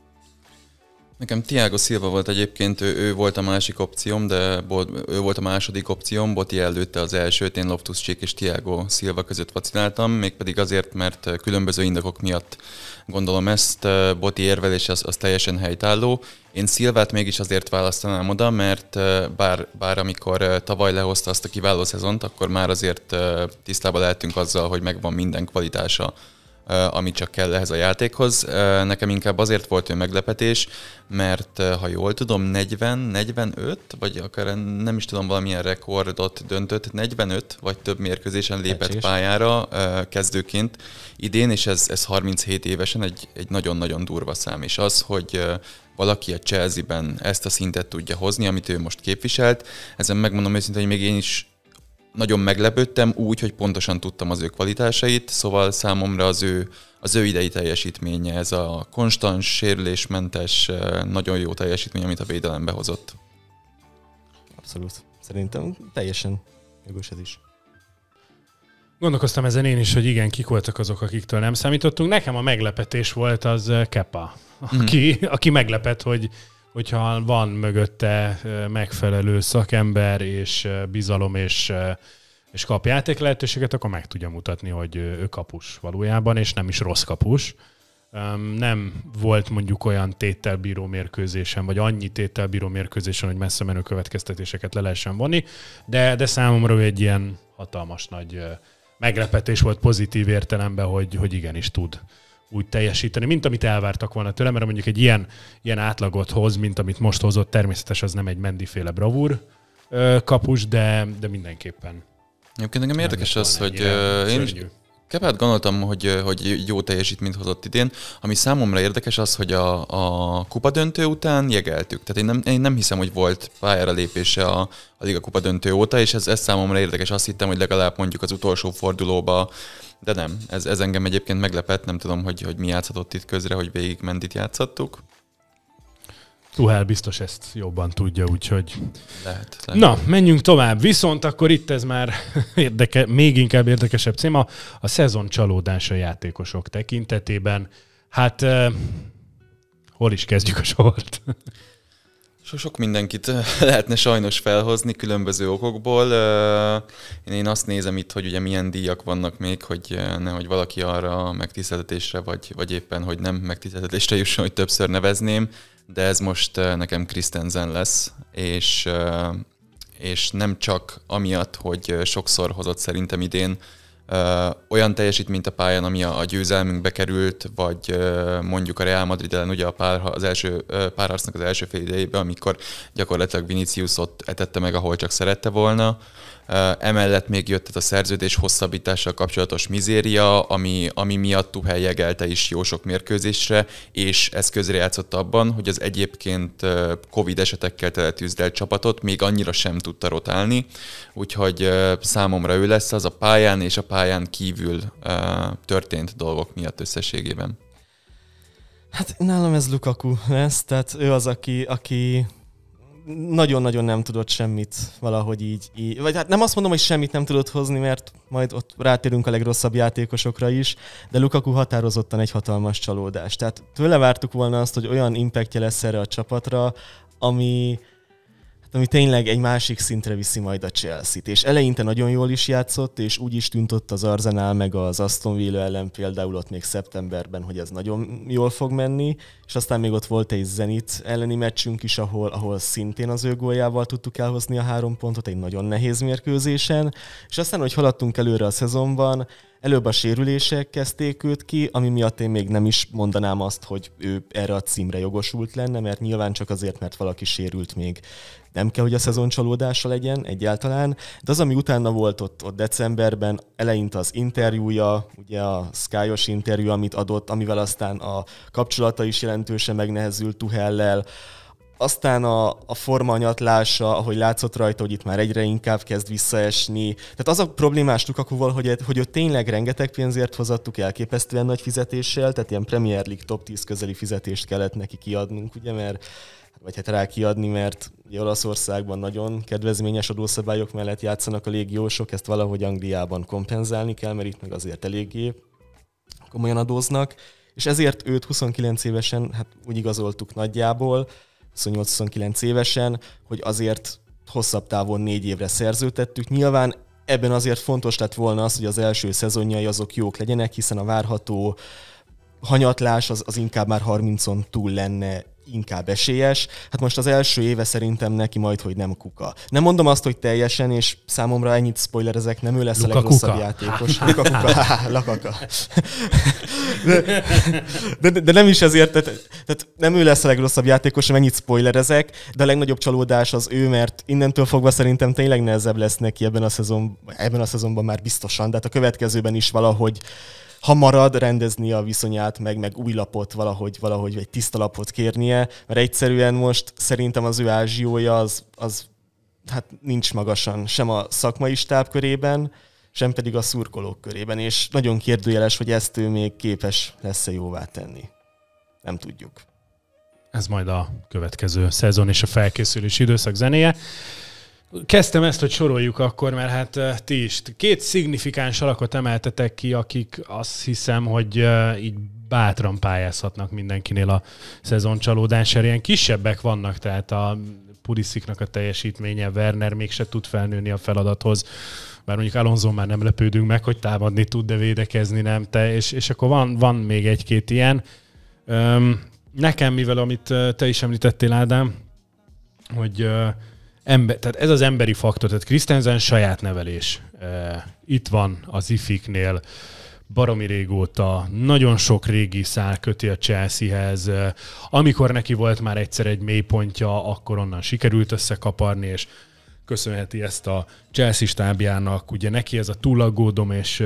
Nekem Thiago Silva volt egyébként, ő, ő volt a másik opcióm, de ő volt a második opcióm, Boti előtte az elsőt, én Loftus-Cheek és Thiago Silva között vaciláltam, mégpedig azért, mert különböző indokok miatt gondolom ezt, Boti érvelés az, az teljesen helytálló. Én Silvát mégis azért választanám oda, mert bár, bár amikor tavaly lehozta azt a kiváló szezont, akkor már azért tisztában lehetünk azzal, hogy megvan minden kvalitása, ami csak kell ehhez a játékhoz. Nekem inkább azért volt ő meglepetés, mert ha jól tudom, negyven, negyvenöt, vagy akár nem is tudom, valamilyen rekordot döntött, negyvenöt vagy több mérkőzésen lépett Pecsés. pályára kezdőként idén, és ez, ez harminchét évesen egy, egy nagyon-nagyon durva szám. És az, hogy valaki a Chelsea-ben ezt a szintet tudja hozni, amit ő most képviselt, ezen megmondom őszintén, hogy még én is nagyon meglepődtem úgy, hogy pontosan tudtam az ő kvalitásait, szóval számomra az ő, az ő idei teljesítménye, ez a konstans, sérülésmentes, nagyon jó teljesítmény, amit a védelembe hozott.
Abszolút. Szerintem teljesen jogos ez is.
Gondolkoztam ezen én is, hogy igen, kik voltak azok, akiktől nem számítottunk. Nekem a meglepetés volt az Kepa, aki, mm. aki meglepett, hogy hogyha van mögötte megfelelő szakember és bizalom és, és kap játék lehetőséget, akkor meg tudja mutatni, hogy ő kapus valójában, és nem is rossz kapus. Nem volt mondjuk olyan tételbíró mérkőzésen, vagy annyi tételbíró mérkőzésen, hogy messze menő következtetéseket le lehessen vonni, de, de számomra ő egy ilyen hatalmas nagy meglepetés volt pozitív értelemben, hogy, hogy igenis tud úgy teljesíteni, mint amit elvártak volna tőle, mert mondjuk egy ilyen, ilyen átlagot hoz, mint amit most hozott, természetes az nem egy Mendy-féle bravúr kapus, de, de mindenképpen.
Egyébként engem érdekes az, hogy én is Kepát gondoltam, hogy, hogy jó teljesítményt hozott idén. Ami számomra érdekes az, hogy a, a kupadöntő után jegeltük. Tehát én nem, én nem hiszem, hogy volt pályára lépése a, a Liga kupadöntő óta, és ez, ez számomra érdekes. Azt hittem, hogy legalább mondjuk az utolsó fordulóba, de nem. Ez, ez engem egyébként meglepett, nem tudom, hogy, hogy mi játszhatott itt közre, hogy végig Mendit játszottuk.
Tuchel biztos ezt jobban tudja, úgyhogy...
Lehet, lehet.
Na, menjünk tovább. Viszont akkor itt ez már érdeke, még inkább érdekesebb cím, a, a szezon csalódása játékosok tekintetében. Hát, eh, hol is kezdjük a sort?
Sok mindenkit lehetne sajnos felhozni különböző okokból. Én azt nézem itt, hogy ugye milyen díjak vannak még, hogy nehogy valaki arra a megtiszteltetésre, vagy, vagy éppen, hogy nem megtiszteltetésre jusson, hogy többször nevezném, de ez most nekem Christensen lesz, és, és nem csak amiatt, hogy sokszor hozott szerintem idén Ö, olyan teljesítményt a pályán, ami a, a győzelmünkbe került, vagy ö, mondjuk a Real Madrid ellen ugye a pár, az első ö, párharcnak az első fél idejében, amikor gyakorlatilag Vinicius ott etette meg, ahol csak szerette volna. Ö, emellett még jött a szerződés hosszabbítással kapcsolatos mizéria, ami, ami miatt Tuchel jegelte is jó sok mérkőzésre, és ez közrejátszott abban, hogy az egyébként Covid esetekkel teletűzdelt csapatot még annyira sem tudta rotálni, úgyhogy ö, számomra ő lesz az a pályán és a pályán kívül uh, történt dolgok miatt összességében.
Hát nálam ez Lukaku lesz, tehát ő az, aki, aki nagyon-nagyon nem tudott semmit valahogy így, így, vagy hát nem azt mondom, hogy semmit nem tudott hozni, mert majd ott rátérünk a legrosszabb játékosokra is, de Lukaku határozottan egy hatalmas csalódás. Tehát tőle vártuk volna azt, hogy olyan impactje lesz erre a csapatra, ami... ami tényleg egy másik szintre viszi majd a Chelsea-t. És eleinte nagyon jól is játszott, és úgy is tűnt ott az Arsenal meg az Aston Villa ellen például ott még szeptemberben, hogy ez nagyon jól fog menni, és aztán még ott volt egy Zenit elleni meccsünk is, ahol, ahol szintén az ő góljával tudtuk elhozni a három pontot egy nagyon nehéz mérkőzésen, és aztán, hogy haladtunk előre a szezonban, előbb a sérülések kezdték őt ki, ami miatt én még nem is mondanám azt, hogy ő erre a címre jogosult lenne, mert nyilván csak azért, mert valaki sérült még nem kell, hogy a szezon csalódása legyen egyáltalán, de az, ami utána volt ott, ott decemberben, eleinte az interjúja, ugye a Sky-os interjú, amit adott, amivel aztán a kapcsolata is jelentősen megnehezült Tuchellel, aztán a, a formanyatlása, ahogy látszott rajta, hogy itt már egyre inkább kezd visszaesni. Tehát az a problémás Lukakuval, hogy, hogy ő tényleg rengeteg pénzért hozattuk elképesztően nagy fizetéssel, tehát ilyen Premier League top tíz közeli fizetést kellett neki kiadnunk, ugye, mert vagy hát rá kiadni, mert Olaszországban nagyon kedvezményes adószabályok mellett játszanak a légiósok, ezt valahogy Angliában kompenzálni kell, mert itt meg azért eléggé komolyan adóznak, és ezért őt huszonkilenc évesen, hát úgy igazoltuk nagyjából, huszonnyolc-huszonkilenc évesen, hogy azért hosszabb távon négy évre szerződtettük. Nyilván ebben azért fontos lett volna az, hogy az első szezonjai azok jók legyenek, hiszen a várható hanyatlás az, az inkább már harmincon túl lenne inkább esélyes. Hát most az első éve szerintem neki majd, hogy nem kuka. Nem mondom azt, hogy teljesen, és számomra ennyit spoilerezek, nem ő lesz Luka a legrosszabb kuka. játékos. Luka kuka, lakaka. De, de, de nem is ezért, tehát, tehát nem ő lesz a legrosszabb játékos, mennyit spoilerezek, de a legnagyobb csalódás az ő, mert innentől fogva szerintem tényleg nehezebb lesz neki ebben a szezon, ebben a szezonban már biztosan, de hát a következőben is valahogy ha marad, rendezni a viszonyát, meg, meg új lapot valahogy, valahogy egy tiszta lapot kérnie, mert egyszerűen most szerintem az ő ázsiója az, az hát nincs magasan, sem a szakmai stáb körében, sem pedig a szurkolók körében, és nagyon kérdőjeles, hogy ezt ő még képes lesz-e jóvá tenni. Nem tudjuk.
Ez majd a következő szezon és a felkészülés időszak zenéje. Kezdtem ezt, hogy soroljuk akkor, mert hát ti is. Két szignifikáns alakot emeltetek ki, akik azt hiszem, hogy így bátran pályázhatnak mindenkinél a szezon csalódására. Ilyen kisebbek vannak, tehát a Pulisicnak a teljesítménye, Werner mégse tud felnőni a feladathoz, bár mondjuk Alonso már nem lepődünk meg, hogy támadni tud, de védekezni nem te, és, és akkor van, van még egy-két ilyen. Öm, nekem, mivel amit te is említettél, Ádám, hogy ö, ember, tehát ez az emberi faktor, tehát Christensen saját nevelés. E, itt van az ifiknél, baromi régóta, nagyon sok régi szál köti a Chelseahez. Amikor neki volt már egyszer egy mélypontja, akkor onnan sikerült összekaparni, és köszönheti ezt a Chelsea stábjának. Ugye neki ez a túlaggódom és,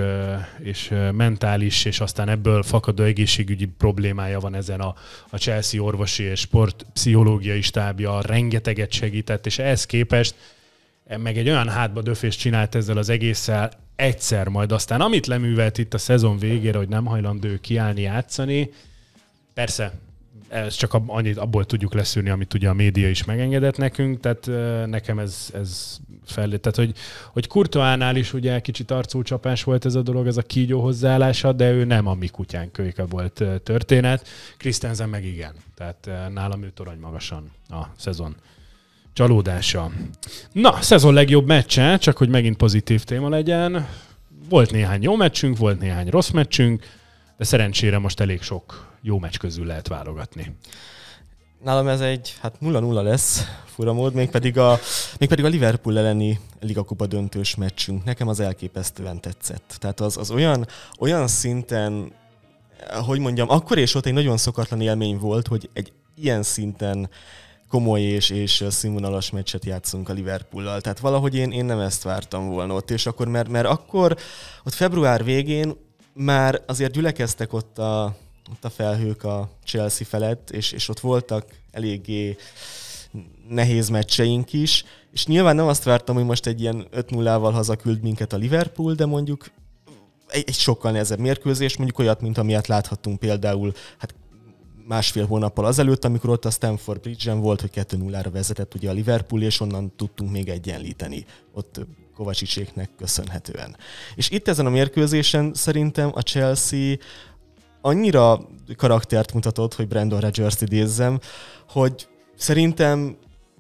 és mentális, és aztán ebből fakadó egészségügyi problémája van ezen a, a Chelsea orvosi és sportpszichológiai stábja, rengeteget segített, és ehhez képest meg egy olyan hátba döfést csinált ezzel az egésszel, egyszer majd aztán, amit leművelt itt a szezon végére, hogy nem hajlandó kiállni, játszani, persze, ez csak annyit abból tudjuk leszűrni, amit ugye a média is megengedett nekünk, tehát nekem ez, ez fel, tehát hogy, hogy Courtoisnál is ugye kicsit arcúcsapás volt ez a dolog, ez a kígyó hozzáállása, de ő nem a mi kutyán kölyke volt történet. Christensen meg igen, tehát nálam ő torony magasan a szezon csalódása. Na, szezon legjobb meccse, csak hogy megint pozitív téma legyen. Volt néhány jó meccsünk, volt néhány rossz meccsünk, de szerencsére most elég sok jó meccs közül lehet válogatni.
Nálam ez egy, hát nulla nulla lesz furamód, mégpedig a, mégpedig a Liverpool elleni Ligakupa döntős meccsünk. Nekem az elképesztően tetszett. Tehát az, az olyan, olyan szinten, hogy mondjam, akkor és ott egy nagyon szokatlan élmény volt, hogy egy ilyen szinten komoly és, és színvonalas meccset játszunk a Liverpoollal. Tehát valahogy én, én nem ezt vártam volna ott, és akkor, mert, mert akkor, ott február végén már azért gyülekeztek ott a, ott a felhők a Chelsea felett, és, és ott voltak eléggé nehéz meccseink is, és nyilván nem azt vártam, hogy most egy ilyen öt nullával hazaküld minket a Liverpool, de mondjuk egy, egy sokkal nehezebb mérkőzés, mondjuk olyat, mint amilyet láthattunk például hát másfél hónappal azelőtt, amikor ott a Stamford Bridge-en volt, hogy kettő nullára vezetett ugye a Liverpool, és onnan tudtunk még egyenlíteni ott Kovacsicséknek köszönhetően. És itt ezen a mérkőzésen szerintem a Chelsea annyira karaktert mutatott, hogy Brendan Rodgers-t idézzem, hogy szerintem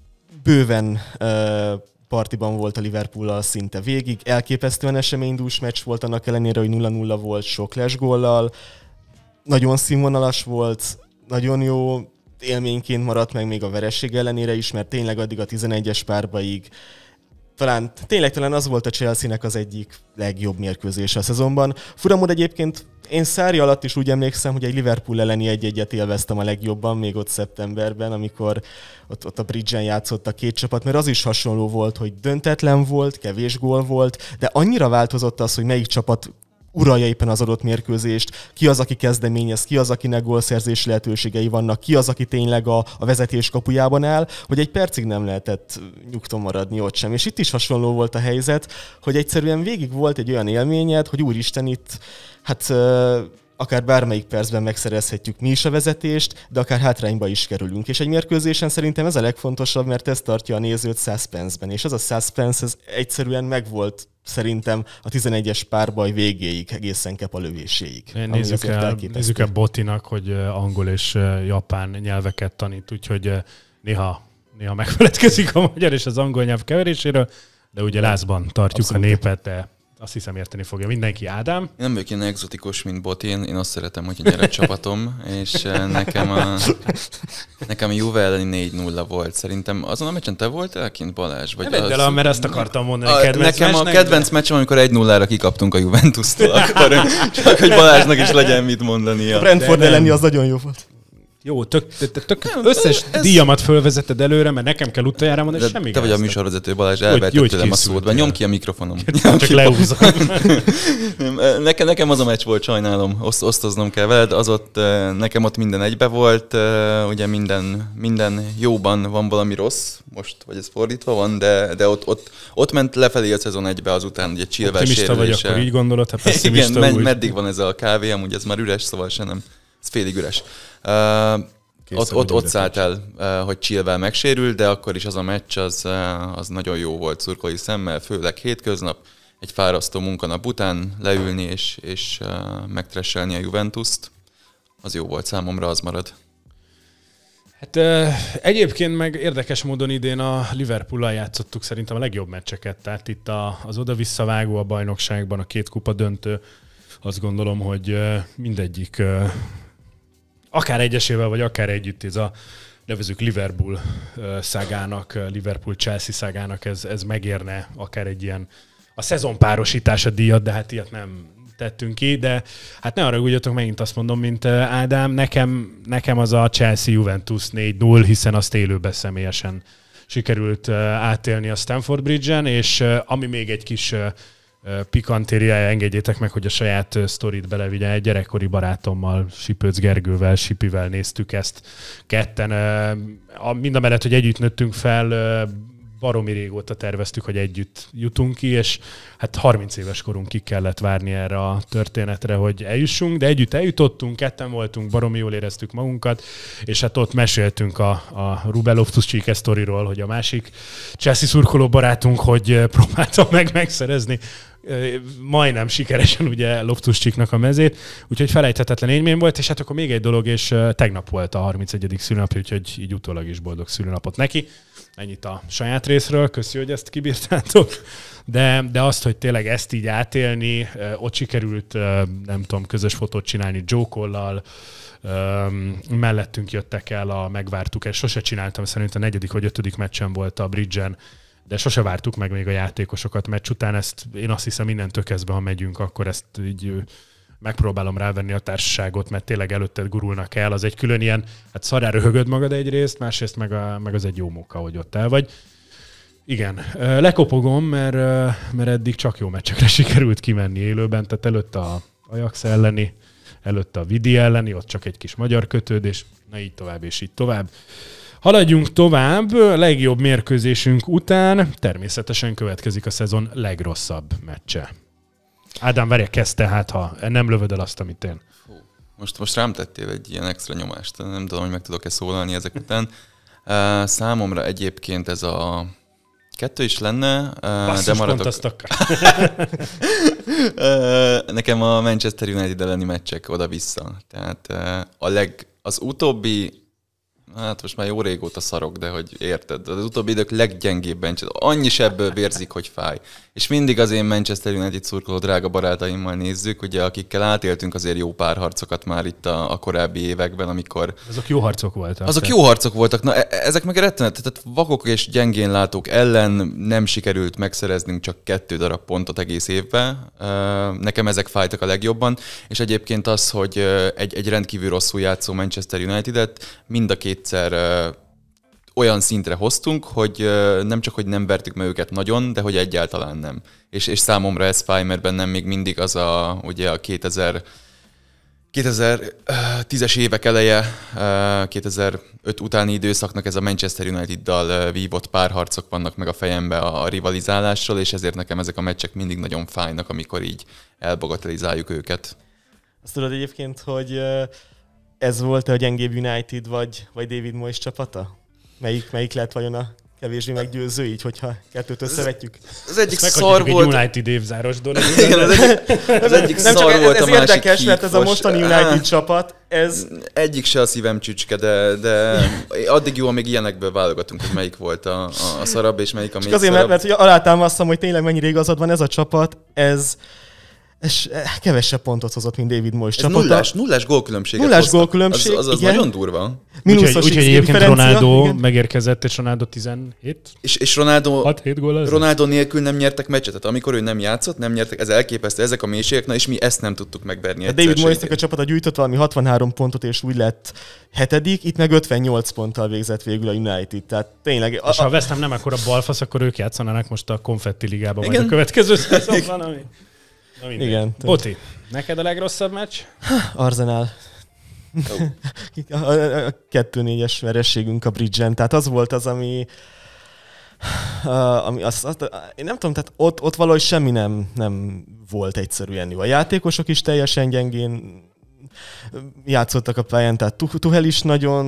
bőven uh, partiban volt a Liverpool-al szinte végig, elképesztően eseménydús meccs volt, annak ellenére, hogy nulla nulla volt sok lesgóllal, nagyon színvonalas volt, nagyon jó élményként maradt meg még a vereség ellenére is, mert tényleg addig a tizenegyes párbaig talán, tényleg talán az volt a Chelsea-nek az egyik legjobb mérkőzés a szezonban. Furamód egyébként én Sarri alatt is úgy emlékszem, hogy egy Liverpool elleni egy-egyet élveztem a legjobban, még ott szeptemberben, amikor ott, ott a Bridge-en játszott a két csapat, mert az is hasonló volt, hogy döntetlen volt, kevés gól volt, de annyira változott az, hogy melyik csapat uralja éppen az adott mérkőzést, ki az, aki kezdeményez, ki az, akinek gólszerzési lehetőségei vannak, ki az, aki tényleg a, a vezetés kapujában áll, hogy egy percig nem lehetett nyugton maradni ott sem. És itt is hasonló volt a helyzet, hogy egyszerűen végig volt egy olyan élményed, hogy úristen itt, hát uh, akár bármelyik percben megszerezhetjük mi is a vezetést, de akár hátrányba is kerülünk. És egy mérkőzésen szerintem ez a legfontosabb, mert ez tartja a nézőt suspense-ben. És az a suspense, ez egyszerűen megvolt szerintem a tizenegyes párbaj végéig, egészen Kepa lövéséig.
Nézzük el, nézzük el Botinak, hogy angol és japán nyelveket tanít, úgyhogy néha, néha megfeledkezik a magyar és az angol nyelv keveréséről, de ugye lázban tartjuk Abszolút. A népet, de azt hiszem érteni fogja mindenki. Ádám?
Én nem vagyok ilyen egzotikus, mint Boti, én, én azt szeretem, hogy nyer a csapatom, és nekem a, nekem a Juve elleni négy nulla volt. Szerintem azon a meccsen te voltál kint, Balázs?
Vagy az... el, mert ezt akartam mondani.
A, kedvenc nekem a kedvenc de... meccsem, amikor egy nullára kikaptunk a Juventustól, akkor csak hogy Balázsnak is legyen mit mondania.
A Brentford elleni az nagyon jó volt.
Jó, tök, tök, tök nem, összes ez... díjamat fölvezeted előre, mert nekem kell utoljára mondani, és semmi
Te vagy a műsorvezető, Balázs, elvetted tőlem a szót. Nyom ki a mikrofonom.
Csak lehúzom.
nekem, nekem az a meccs volt, sajnálom, oszt, osztoznom kell veled, az ott, nekem ott minden egybe volt, ugye minden, minden jóban van valami rossz, most, vagy ez fordítva van, de, de ott, ott, ott ment lefelé a szezon egybe azután, ugye Chilwell
sérülése. Optimista vagy, akkor így gondolod, ha pessimista
igen,
úgy.
meddig van ez a kávé, amúgy ez már üres, szóval se nem. Ez félig üres. Uh, ott, ott, ott szállt el, hogy Chilwell megsérül, de akkor is az a meccs az, az nagyon jó volt szurkolói szemmel, főleg hétköznap, egy fárasztó munkanap után leülni és, és megtresselni a Juventust. Az jó volt számomra, az marad.
Hát egyébként meg érdekes módon idén a Liverpool-al játszottuk szerintem a legjobb meccseket, tehát itt a, az oda-visszavágó a bajnokságban, a két kupa döntő, azt gondolom, hogy mindegyik akár egyesével, vagy akár együtt ez a nevezük Liverpool szágának, Liverpool-Chelsea szágának ez, ez megérne akár egy ilyen a szezonpárosítása díjat, de hát ilyet nem tettünk ki, de hát ne arra gudjatok, megint azt mondom, mint Ádám, nekem, nekem az a Chelsea-Juventus négy null, hiszen azt élőben személyesen sikerült átélni a Stamford Bridge-en, és ami még egy kis pikantériája, engedjétek meg, hogy a saját sztorit belevigye, egy gyerekkori barátommal, Sipőc Gergővel, Sipivel néztük ezt ketten. Mind a mellett, hogy együtt nőttünk fel, baromi régóta terveztük, hogy együtt jutunk ki, és hát harminc éves korunkig kellett várni erre a történetre, hogy eljussunk, de együtt eljutottunk, ketten voltunk, baromi jól éreztük magunkat, és hát ott meséltünk a, a Ruben Loftus-Cheek sztoriról, hogy a másik Chelsea szurkoló barátunk, hogy próbálta meg megszerezni majdnem sikeresen ugye Loftus-Cheeknak a mezét, úgyhogy felejthetetlen élmény volt, és hát akkor még egy dolog, és tegnap volt a harmincegyedik szülőnapja, úgyhogy így utólag is boldog szülőnapot neki. Ennyit a saját részről, köszi, hogy ezt kibírtátok, de, de azt, hogy tényleg ezt így átélni, ott sikerült, nem tudom, közös fotót csinálni Joe Cole-lal, mellettünk jöttek el, a megvártuk, és sose csináltam, szerintem a negyedik vagy ötödik meccsen volt a Bridge-en, de sose vártuk meg még a játékosokat meccs után, ezt én azt hiszem minden tökezbe, ha megyünk, akkor ezt így megpróbálom rávenni a társaságot, mert tényleg előtted gurulnak el, az egy külön ilyen, hát szarán röhögöd magad egyrészt, másrészt meg, a, meg az egy jó móka, hogy ott el vagy. Igen, lekopogom, mert, mert eddig csak jó meccsekre sikerült kimenni élőben, tehát előtte a Ajax elleni, előtte a Vidi elleni, ott csak egy kis magyar kötődés, na így tovább és így tovább. Haladjunk tovább, a legjobb mérkőzésünk után természetesen következik a szezon legrosszabb meccse. Ádám, várj, kezd tehát, ha nem lövöd el azt, amit én.
Hú, most, most rám tettél egy ilyen extra nyomást, nem tudom, hogy meg tudok-e szólalni ezek után. Uh, számomra egyébként ez a kettő is lenne, uh,
Basszus,
de maradok...
azt akar.
uh, nekem a Manchester United elleni meccsek oda-vissza. Tehát uh, a leg, az utóbbi hát most már jó régóta szarok, de hogy érted, az utóbbi idők leggyengébb Manchester, annyi sebből vérzik, hogy fáj. És mindig az én Manchester United szurkoló drága barátaimmal nézzük, ugye, akikkel átéltünk azért jó pár harcokat már itt a, a korábbi években, amikor...
Azok jó harcok voltak.
Azok jó harcok voltak. Na, ezek meg rettenet, tehát vakok és gyengén látók ellen nem sikerült megszereznünk csak kettő darab pontot egész évben. Nekem ezek fájtak a legjobban, és egyébként az, hogy egy, egy rendkívül rosszul játszó Manchester United-et mind a kétszer olyan szintre hoztunk, hogy nem csak, hogy nem vertük meg őket nagyon, de hogy egyáltalán nem. És, és számomra ez fáj, mert bennem még mindig az a, ugye a kétezer-tízes évek eleje, kétezer-öt utáni időszaknak ez a Manchester United-dal vívott párharcok vannak meg a fejembe a rivalizálásról, és ezért nekem ezek a meccsek mindig nagyon fájnak, amikor így elbagatelizáljuk őket.
Azt tudod egyébként, hogy ez volt a gyengébb United vagy, vagy David Moyes csapata? Melyik, melyik lett vajon a kevésbé meggyőző így, hogyha kettőt összevetjük?
Az egyik szar volt...
egy United évzáros dolog.
Igen, az egyik, az egyik
nem
szar
csak
volt,
ez,
a
ez
másik
érdekes,
hífos.
mert ez a mostani United ah, csapat, ez...
Egyik se a szívem csücske, de, de addig jó, amíg ilyenekből válogatunk, hogy melyik volt a, a, a szarabb, és melyik a még
azért,
szarabb.
mert, mert hogy alátámasztom, hogy tényleg mennyire igazad van, ez a csapat, ez... és kevesebb pontot hozott, mint David Moyes csapata.
Nullás, nullás gólkülönbséget
Nullás gólkülönbség,
az, az, az
igen.
nagyon durva.
Úgyhogy úgy, egyébként
differencia,
Ronaldo
igen.
megérkezett, és Ronaldo tizenhét?
És, és Ronaldo,
hat-hét gól
Ronaldo nélkül nem nyertek meccset. Tehát amikor ő nem játszott, nem nyertek. Ez elképesztő, ezek a mélységek, na és mi ezt nem tudtuk megverni.
A David Moyesnak a csapata gyűjtött valami hatvanhárom pontot, és úgy lett hetedik, itt meg ötvennyolc ponttal végzett végül a United. Tehát tényleg...
És a, ha West Ham nem akkor a balfasz, akkor ők játszanának most a Konfetti Ligában, majd a következő szezonban, ami...
Igen.
Boti, neked a legrosszabb meccs?
Arsenal. Oh. a, a, a kettő négyes verességünk a Bridge-en. Tehát az volt az, ami... Uh, ami azt, azt, én nem tudom, tehát ott, ott valahogy semmi nem, nem volt egyszerűen jó. A játékosok is teljesen gyengén játszottak a pályán, tehát Tuchel is nagyon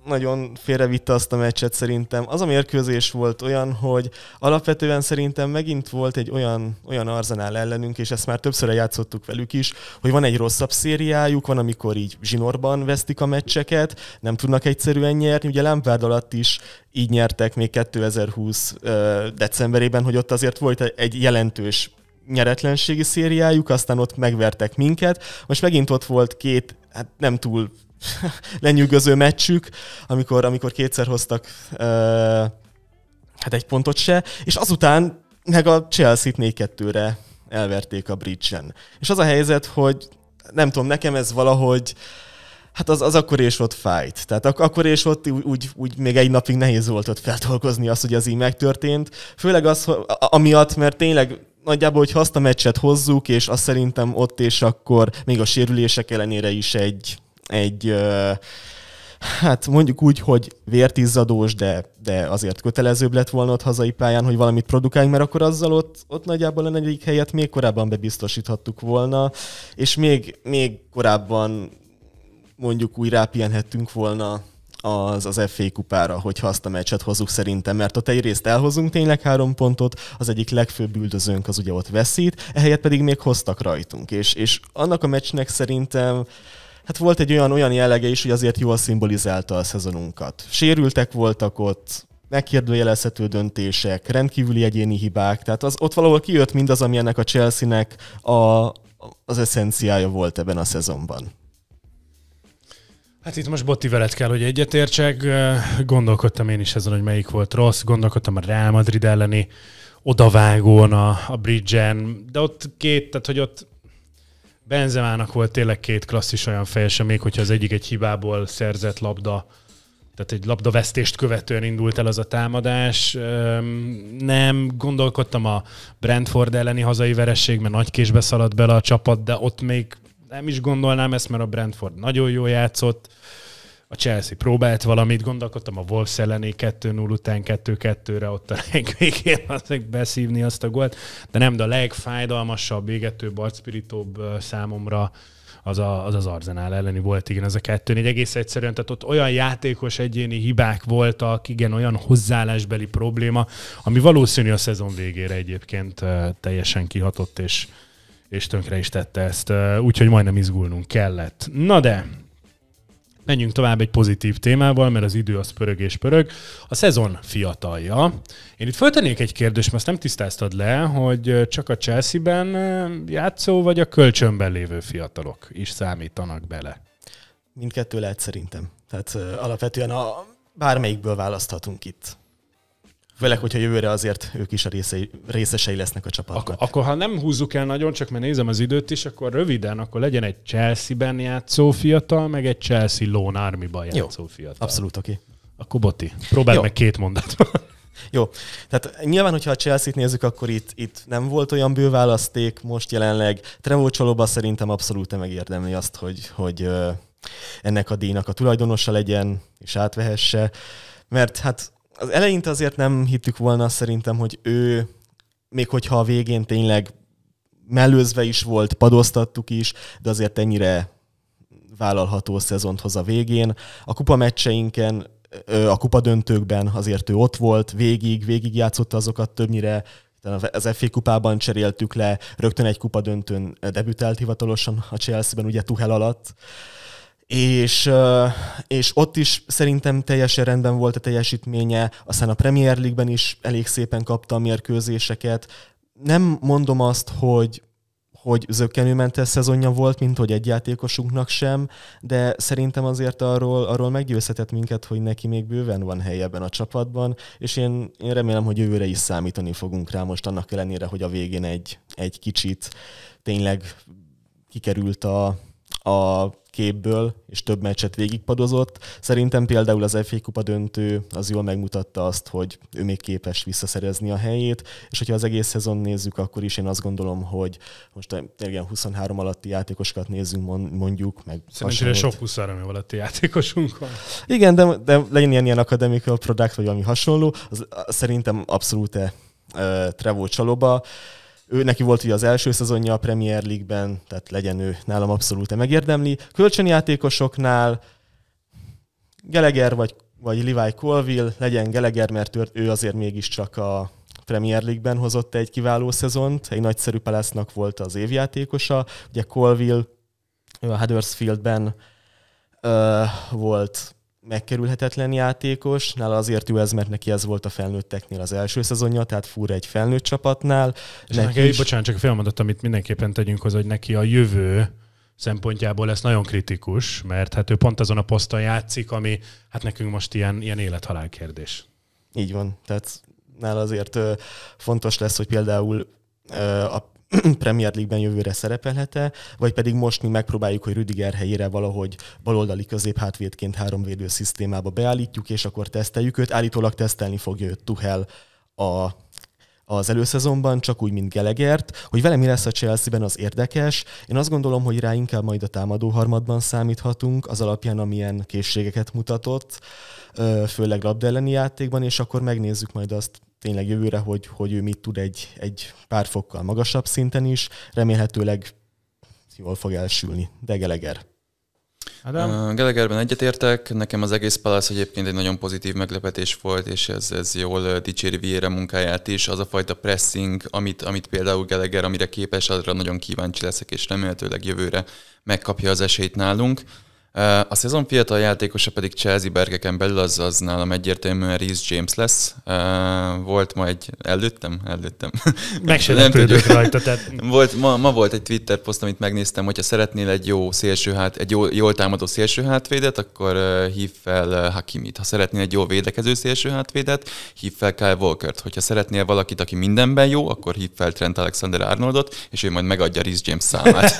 nagyon félrevitte azt a meccset szerintem. Az a mérkőzés volt olyan, hogy alapvetően szerintem megint volt egy olyan, olyan Arsenal ellenünk, és ezt már többször játszottuk velük is, hogy van egy rosszabb szériájuk, van, amikor így zsinórban vesztik a meccseket, nem tudnak egyszerűen nyerni. Ugye Lampard alatt is így nyertek még kétezer-húsz decemberében, hogy ott azért volt egy jelentős nyeretlenségi szériájuk, aztán ott megvertek minket. Most megint ott volt két, hát nem túl lenyűgöző meccsük, amikor, amikor kétszer hoztak uh, hát egy pontot se, és azután meg a Chelsea-t négy kettőre elverték a Bridge-en. És az a helyzet, hogy nem tudom, nekem ez valahogy, hát az, az akkor és ott fájt. Tehát ak- akkor és ott úgy, úgy még egy napig nehéz volt ott feldolgozni azt, hogy az így megtörtént. Főleg az, hogy, amiatt, mert tényleg nagyjából, hogyha azt a meccset hozzuk, és azt szerintem ott és akkor még a sérülések ellenére is egy egy, hát mondjuk úgy, hogy vértizzadós, de, de azért kötelezőbb lett volna ott hazai pályán, hogy valamit produkáljunk, mert akkor azzal ott, ott nagyjából a negyedik helyet még korábban bebiztosíthattuk volna, és még, még korábban mondjuk úgy rápihenhettünk volna az, az ef á kupára, hogyha azt a meccset hozzuk szerintem, mert ott egyrészt elhozunk tényleg három pontot, az egyik legfőbb üldözőnk az ugye ott veszít, ehelyett pedig még hoztak rajtunk, és, és annak a meccsnek szerintem hát volt egy olyan, olyan jellege is, hogy azért jól szimbolizálta a szezonunkat. Sérültek voltak ott, megkérdőjelezhető döntések, rendkívüli egyéni hibák, tehát az, ott valahol kijött mindaz, ami ennek a Chelsea-nek a, az eszenciája volt ebben a szezonban.
Hát itt most Botti veled kell, hogy egyetértsek. Gondolkodtam én is ezen, hogy melyik volt rossz. Gondolkodtam a Real Madrid elleni odavágón a, a Bridge-en, de ott két, tehát hogy ott Benzemának volt tényleg két klasszis olyan fejese, még hogyha az egyik egy hibából szerzett labda, tehát egy labdavesztést követően indult el az a támadás. Nem gondolkodtam a Brentford elleni hazai veresség, mert nagy késbe szaladt bele a csapat, de ott még nem is gondolnám ezt, mert a Brentford nagyon jól játszott. A Chelsea próbált valamit, gondolkodtam a Wolves elleni kettő null után kettő kettőre ott a legvégén azért beszívni azt a gólt, de nem, de a legfájdalmasabb, égetőbb, arcpirítóbb számomra az, a, az az Arsenal elleni volt, igen, ez a kettő négy egész egyszerűen, tehát ott olyan játékos egyéni hibák voltak, igen, olyan hozzáállásbeli probléma, ami valószínű a szezon végére egyébként teljesen kihatott, és, és tönkre is tette ezt, úgyhogy majdnem izgulnunk kellett. Na de menjünk tovább egy pozitív témával, mert az idő az pörög és pörög. A szezon fiatalja. Én itt föltennék egy kérdést, mert azt nem tisztáztad le, hogy csak a Chelsea-ben játszó, vagy a kölcsönben lévő fiatalok is számítanak bele?
Mindkettő lehet szerintem. Tehát uh, alapvetően a bármelyikből választhatunk itt. Főleg, hogyha jövőre azért ők is a részei, részesei lesznek a csapatnak.
Ak- akkor ha nem húzzuk el nagyon, csak mert nézem az időt is, akkor röviden, akkor legyen egy Chelsea-ben játszó fiatal, meg egy Chelsea Lone Army-ban játszó Jó, fiatal.
Abszolút oké. Okay.
Akkor Botti, próbáld Jó. meg két mondatban.
Jó, tehát nyilván, hogyha a Chelsea-t nézzük, akkor itt, itt nem volt olyan bő választék most jelenleg. Trevoh Chalobah szerintem abszolút megérdemli azt, hogy, hogy ennek a díjnak a tulajdonosa legyen, és átvehesse, mert hát az eleinte azért nem hittük volna szerintem, hogy ő, még hogyha a végén tényleg mellőzve is volt, padoztattuk is, de azért ennyire vállalható szezont hoz a végén. A kupa meccseinken, a kupadöntőkben azért ő ott volt, végig, végig játszotta azokat többnyire. Az ef á kupában cseréltük le, rögtön egy kupadöntőn debütált hivatalosan a Chelsea-ben, ugye Tuchel alatt. És, és ott is szerintem teljesen rendben volt a teljesítménye, aztán a Premier League-ben is elég szépen kapta a mérkőzéseket. Nem mondom azt, hogy, hogy zökkenőmentes szezonja volt, mint hogy egy játékosunknak sem, de szerintem azért arról, arról meggyőzhetett minket, hogy neki még bőven van hely ebben a csapatban, és én, én remélem, hogy jövőre is számítani fogunk rá most annak ellenére, hogy a végén egy, egy kicsit tényleg kikerült a, a képből, és több meccset végigpadozott. Szerintem például az ef á kupa döntő az jól megmutatta azt, hogy ő még képes visszaszerezni a helyét, és hogyha az egész szezon nézzük, akkor is én azt gondolom, hogy most tényleg huszonhárom alatti játékosokat nézzünk mondjuk. Meg
szerintem sok huszonhárom alatti játékosunk van.
Igen, de, de legyen ilyen, ilyen academical product, vagy valami hasonló, az, az szerintem abszolút uh, Trevoh Chalobah. Ő neki volt ugye az első szezonja a Premier League-ben, tehát legyen ő nálam abszolút megérdemli. Kölcsönjátékosoknál Gallagher vagy, vagy Levi Colville, legyen Gallagher, mert ő azért mégiscsak a Premier League-ben hozott egy kiváló szezont, egy nagyszerű Palace-nak volt az évjátékosa, ugye Colville a Huddersfieldben uh, volt megkerülhetetlen játékos, nála azért jó ez, mert neki ez volt a felnőtteknél az első szezonja, tehát fúr egy felnőtt csapatnál.
És neki, neki is... Bocsánat, csak a félmondat, amit mindenképpen tegyünk hozzá, hogy neki a jövő szempontjából lesz nagyon kritikus, mert hát ő pont azon a poszton játszik, ami hát nekünk most ilyen, ilyen élet-halál kérdés.
Így van, tehát nála azért ö, fontos lesz, hogy például ö, a Premier League-ben jövőre szerepelhet-e, vagy pedig most mi megpróbáljuk, hogy Rüdiger helyére valahogy baloldali középhátvédként háromvédő szisztémába beállítjuk, és akkor teszteljük őt. Állítólag tesztelni fogja őt Tuchel a, az előszezonban, csak úgy, mint Gallaghert. Hogy vele mi lesz a Chelsea-ben, az érdekes. Én azt gondolom, hogy rá inkább majd a támadó harmadban számíthatunk, az alapján, amilyen készségeket mutatott, főleg labda elleni játékban, és akkor megnézzük majd azt tényleg jövőre, hogy, hogy ő mit tud egy, egy pár fokkal magasabb szinten is. Remélhetőleg jól fog elsülni. De Gallagher.
Uh, Gallagherben egyetértek, nekem az egész Palace egyébként egy nagyon pozitív meglepetés volt, és ez, ez jól dicséri Vieira munkáját is. Az a fajta pressing, amit, amit például Gallagher, amire képes, arra nagyon kíváncsi leszek, és remélhetőleg jövőre megkapja az esélyt nálunk. A szezon fiatal játékosa pedig Chelsea bergeken belül, az, az nálam egyértelműen Reece James lesz. Volt ma egy... Előttem? Előttem.
Meg se lepődök rajta. Tehát...
Volt, ma, ma volt egy Twitter poszt, amit megnéztem, hogyha szeretnél egy jó szélsőhát, egy jól, jól támadó szélsőhátvédet, akkor hív fel Hakimit. Ha szeretnél egy jó védekező szélsőhátvédet, hív fel Kyle Walkert. Hogyha szeretnél valakit, aki mindenben jó, akkor hív fel Trent Alexander-Arnoldot, és ő majd megadja Reece James számát.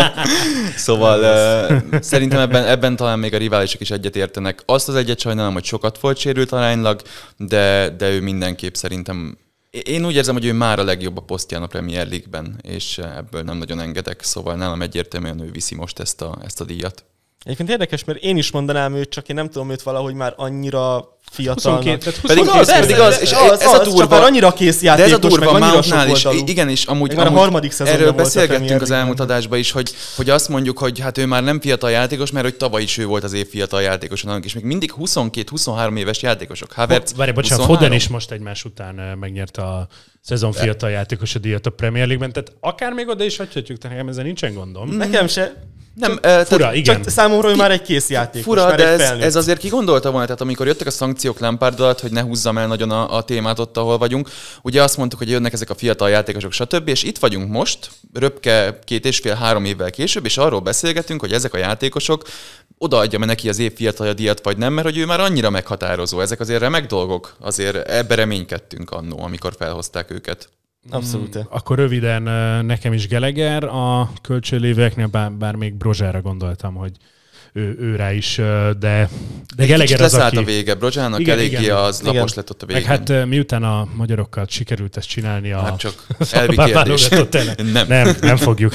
Szóval szerintem ebben Ebben talán még a riválisok is egyet értenek. Azt az egyet sajnálom, hogy sokat volt sérült aránylag, de, de ő mindenképp szerintem... Én úgy érzem, hogy ő már a legjobb a posztján a Premier League-ben, és ebből nem nagyon engedek, szóval nálam egyértelműen ő viszi most ezt a, ezt a díjat.
Egyébként érdekes, mert én is mondanám őt, csak én nem tudom őt valahogy már annyira fiatalnak.
huszonkettő, pedig az, pedig az, és az, ez
az,
a durva,
már annyira kész játékos,
de ez a durva Mountnál is,
is.
Igen, és amúgy,
amúgy a harmadik
erről beszélgettünk az elmúlt adásban is, hogy, hogy azt mondjuk, hogy hát ő már nem fiatal játékos, mert hogy tavaly is ő volt az év fiatal játékosa, és még mindig huszonkettő-huszonhárom éves játékosok. Havertz,
Várj, bocsánat, Foden is most egymás után megnyerte a szezon fiatal játékosa díjat a Premier League-ben, tehát akár még oda is hagyhatjuk, tehát nekem ezzel nincsen gondom.
Nekem se.
Nem,
fura,
tehát,
igen.
Csak számomra ő már egy kész játékos.
Fura, de ez, ez azért ki gondolta volna, tehát amikor jöttek a szankciók Lampard alatt, hogy ne húzzam el nagyon a, a témát ott, ahol vagyunk, ugye azt mondtuk, hogy jönnek ezek a fiatal játékosok, stb. És itt vagyunk most, röpke két és fél-három évvel később, és arról beszélgetünk, hogy ezek a játékosok odaadja neki az év fiatalja díjat, vagy nem, mert hogy ő már annyira meghatározó. Ezek azért remek dolgok, azért ebbe reménykedtünk annó, amikor felhozták őket.
Abszolút.
Akkor röviden nekem is Gallagher, a kölcsönlévőeknél bár, bár még Brozsára gondoltam, hogy ő, ő rá is, de, de Gallagher az,
leszállt
aki...
a vége, Brozsának
igen,
eléggé
igen,
az
igen.
lapos lett ott a végén.
Meg hát miután a magyarokkal sikerült ezt csinálni a...
Hát csak elvi kérdés.
nem. nem, nem fogjuk.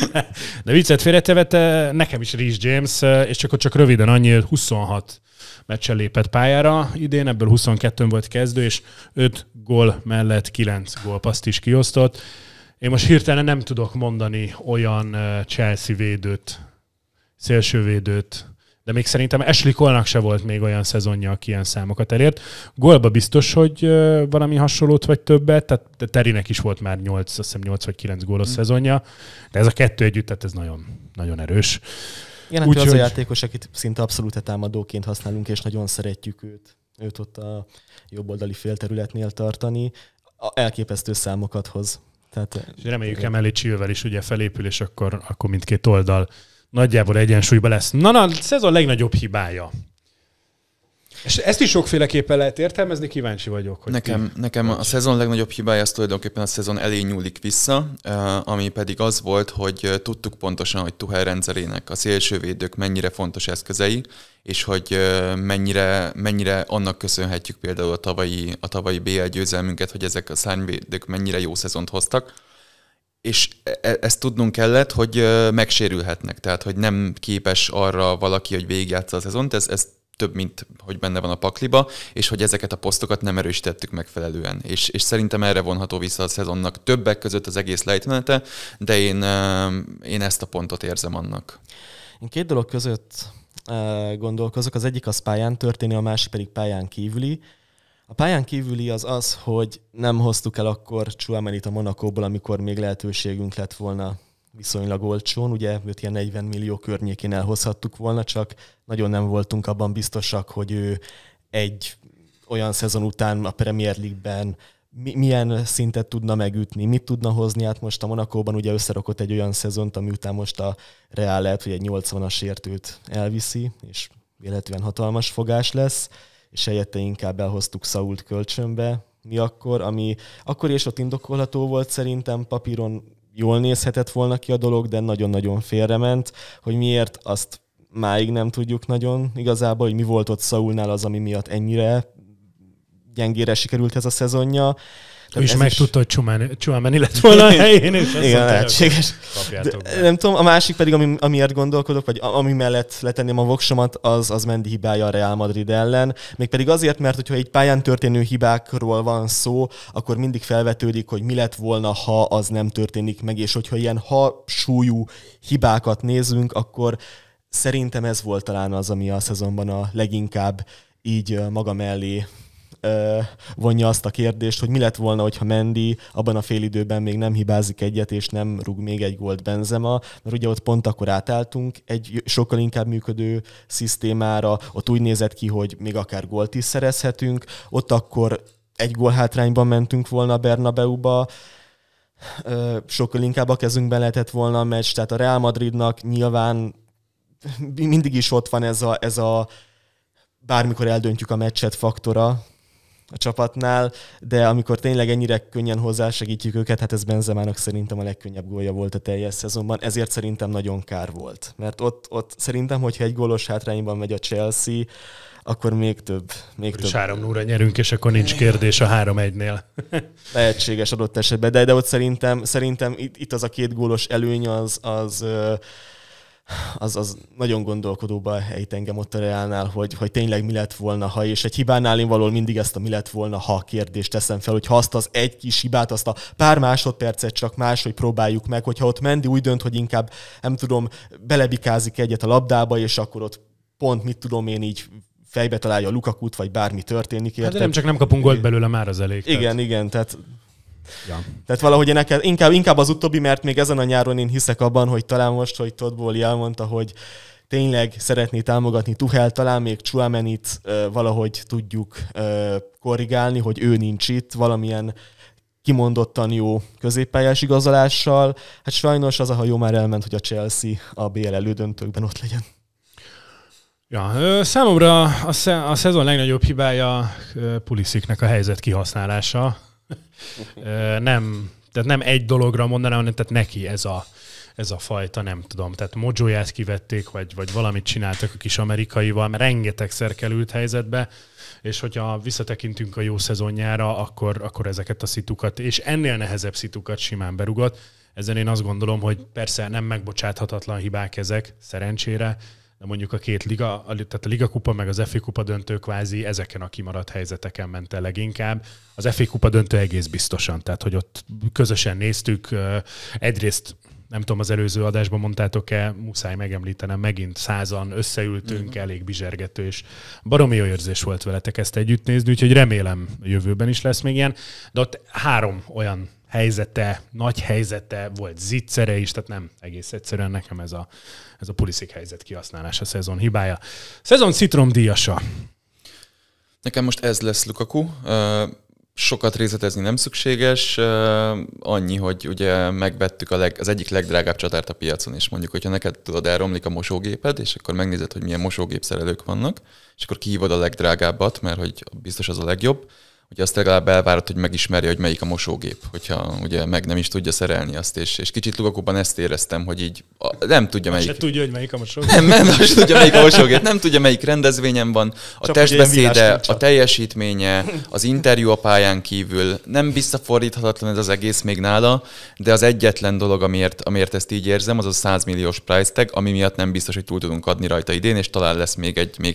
De viccet félretevette, nekem is Reece James, és csak ott csak röviden annyi, huszonhat meccsen lépett pályára idén, ebből huszonkettő volt kezdő, és öt gól mellett kilenc gólpaszt is kiosztott. Én most hirtelen nem tudok mondani olyan Chelsea védőt, szélsővédőt, de még szerintem Ashley Cole-nak se volt még olyan szezonja, aki ilyen számokat elért. Gólba biztos, hogy valami hasonlót vagy többet, tehát Terrynek is volt már nyolc, azt hiszem nyolc vagy kilenc gólos mm. szezonja, de ez a kettő együtt, tehát ez nagyon, nagyon erős.
Igen, hát az hogy... a játékos, akit szinte abszolút támadóként használunk, és nagyon szeretjük őt, őt ott a jobboldali félterületnél tartani. Elképesztő számokat hoz. Tehát,
és reméljük emellé Chilwell is ugye felépül, és akkor, akkor mindkét oldal nagyjából egyensúlyban lesz. Na, na, a szezon legnagyobb hibája. És ezt is sokféleképpen lehet értelmezni, kíváncsi vagyok. Hogy
nekem, nekem a szezon legnagyobb hibája az tulajdonképpen a szezon elé nyúlik vissza, ami pedig az volt, hogy tudtuk pontosan, hogy Tuchel rendszerének a szélsővédők mennyire fontos eszközei, és hogy mennyire, mennyire annak köszönhetjük például a tavalyi, a tavalyi bé el győzelmünket, hogy ezek a szárnyvédők mennyire jó szezont hoztak. És e- ezt tudnunk kellett, hogy megsérülhetnek, tehát hogy nem képes arra valaki, hogy végigjátsza a szezont, ez, ez több, mint hogy benne van a pakliba, és hogy ezeket a posztokat nem erősítettük megfelelően. És, és szerintem erre vonható vissza a szezonnak többek között az egész lejtmenete, de én, én ezt a pontot érzem annak.
Én két dolog között gondolkozok. Az egyik az pályán történő, a másik pedig pályán kívüli. A pályán kívüli az az, hogy nem hoztuk el akkor Tchouaménit a Monacóból, amikor még lehetőségünk lett volna viszonylag olcsón. Ugye őt ilyen negyven millió környékén elhozhattuk volna, csak nagyon nem voltunk abban biztosak, hogy ő egy olyan szezon után a Premier League-ben milyen szintet tudna megütni, mit tudna hozni. Hát most a Monacóban ugye összerakott egy olyan szezont, ami után most a Real lehet, hogy egy nyolcvanas értőt elviszi, és véletlenül hatalmas fogás lesz, és helyette inkább elhoztuk Sault kölcsönbe. Mi akkor, ami akkor is ott indokolható volt szerintem, papíron jól nézhetett volna ki a dolog, de nagyon-nagyon félrement, hogy miért, azt máig nem tudjuk nagyon igazából, hogy mi volt ott Saulnál az, ami miatt ennyire gyengére sikerült ez a szezonja.
Ő is megtudta, hogy Tchouaméni lett volna a helyén, és
igen, lehetséges. Nem tudom, a másik pedig, ami, amiért gondolkodok, vagy ami mellett letenném a voksomat, az, az Mendy hibája a Real Madrid ellen. Mégpedig azért, mert hogyha egy pályán történő hibákról van szó, akkor mindig felvetődik, hogy mi lett volna, ha az nem történik meg, és hogyha ilyen ha súlyú hibákat nézünk, akkor szerintem ez volt talán az, ami a szezonban a leginkább így maga mellé vonja azt a kérdést, hogy mi lett volna, hogyha Mendy abban a félidőben még nem hibázik egyet, és nem rúg még egy gólt Benzema, mert ugye ott pont akkor átálltunk egy sokkal inkább működő szisztémára, ott úgy nézett ki, hogy még akár gólt is szerezhetünk, ott akkor egy gól hátrányban mentünk volna a Bernabeuba, sokkal inkább a kezünkben lehetett volna a meccs, tehát a Real Madridnak nyilván mindig is ott van ez a, ez a bármikor eldöntjük a meccset faktora a csapatnál, de amikor tényleg ennyire könnyen hozzásegítjük őket, hát ez Benzemának szerintem a legkönnyebb gólja volt a teljes szezonban, ezért szerintem nagyon kár volt. Mert ott, ott szerintem, hogyha egy gólos hátrányban megy a Chelsea, akkor még több. Még több.
három nulla nyerünk, és akkor nincs kérdés a három egynél.
Lehetséges adott esetben, de, de ott szerintem, szerintem itt, itt az a két gólos előny az, az Az, az nagyon gondolkodóba ejt engem ott a Reálnál, hogy, hogy tényleg mi lett volna, ha, és egy hibánál én valahol mindig ezt a mi lett volna, ha kérdést teszem fel, hogy ha azt az egy kis hibát, azt a pár másodpercet csak máshogy próbáljuk meg, hogyha ott Mendy úgy dönt, hogy inkább, nem tudom, belebikázik egyet a labdába, és akkor ott pont, mit tudom én így fejbe találja a Lukakut, vagy bármi történik.
Hát de nem csak nem kapunk gólt belőle, már az elég.
Igen, tehát... igen, tehát
ja.
Tehát valahogy neked inkább, inkább az utóbbi, mert még ezen a nyáron én hiszek abban, hogy talán most, hogy Todd Boehly elmondta, hogy tényleg szeretné támogatni Tuchel, talán még Tchouaménit uh, valahogy tudjuk uh, korrigálni, hogy ő nincs itt, valamilyen kimondottan jó középpályás igazolással. Hát sajnos az a hajó már elment, hogy a Chelsea a bé el elődöntőkben ott legyen.
Ja, számomra a, sze- a szezon legnagyobb hibája Pulisicnek a helyzet kihasználása. nem, tehát nem egy dologra mondanám, hanem tehát neki ez a, ez a fajta, nem tudom, tehát Mojóját kivették, vagy, vagy valamit csináltak a kis amerikaival, mert rengetegszer került helyzetbe, és hogyha visszatekintünk a jó szezonjára, akkor, akkor ezeket a szitukat, és ennél nehezebb szitukat simán berugott. Ezen én azt gondolom, hogy persze nem megbocsáthatatlan hibák ezek, szerencsére, de mondjuk a két liga, tehát a Liga Kupa meg az ef á Kupa döntő kvázi ezeken a kimaradt helyzeteken ment el leginkább. Az ef á Kupa döntő egész biztosan, tehát hogy ott közösen néztük, egyrészt nem tudom, az előző adásban mondtátok-e, muszáj megemlítenem, megint százan összeültünk, elég bizsergető, és baromi jó érzés volt veletek ezt együtt nézni, úgyhogy remélem a jövőben is lesz még ilyen, de ott három olyan helyzete, nagy helyzete, volt zicsere is, tehát nem egész egyszerűen nekem ez a, ez a Pulisic helyzet kihasználása, a szezon hibája. Szezon citromdíjasa.
Nekem most ez lesz Lukaku. Sokat részletezni nem szükséges, annyi, hogy ugye megvettük a leg, az egyik legdrágább csatárt a piacon, és mondjuk, hogyha neked tudod, elromlik a mosógéped, és akkor megnézed, hogy milyen mosógépszerelők vannak, és akkor kihívod a legdrágábbat, mert hogy biztos az a legjobb, hogy azt legalább elvárod, hogy megismerje, hogy melyik a mosógép, hogyha ugye meg nem is tudja szerelni azt, és, és kicsit Lukakuban ezt éreztem, hogy így a, nem tudja melyik.
Se tudja, hogy melyik a mosógép.
Nem, nem, nem tudja, melyik a mosógép, nem tudja, melyik rendezvényen van, a csak testbeszéde, a teljesítménye, az interjú a pályán kívül, nem visszafordíthatatlan ez az egész még nála, de az egyetlen dolog, amiért, amiért ezt így érzem, az a száz milliós price tag, ami miatt nem biztos, hogy túl tudunk adni rajta idén, és talán lesz még egy, még egy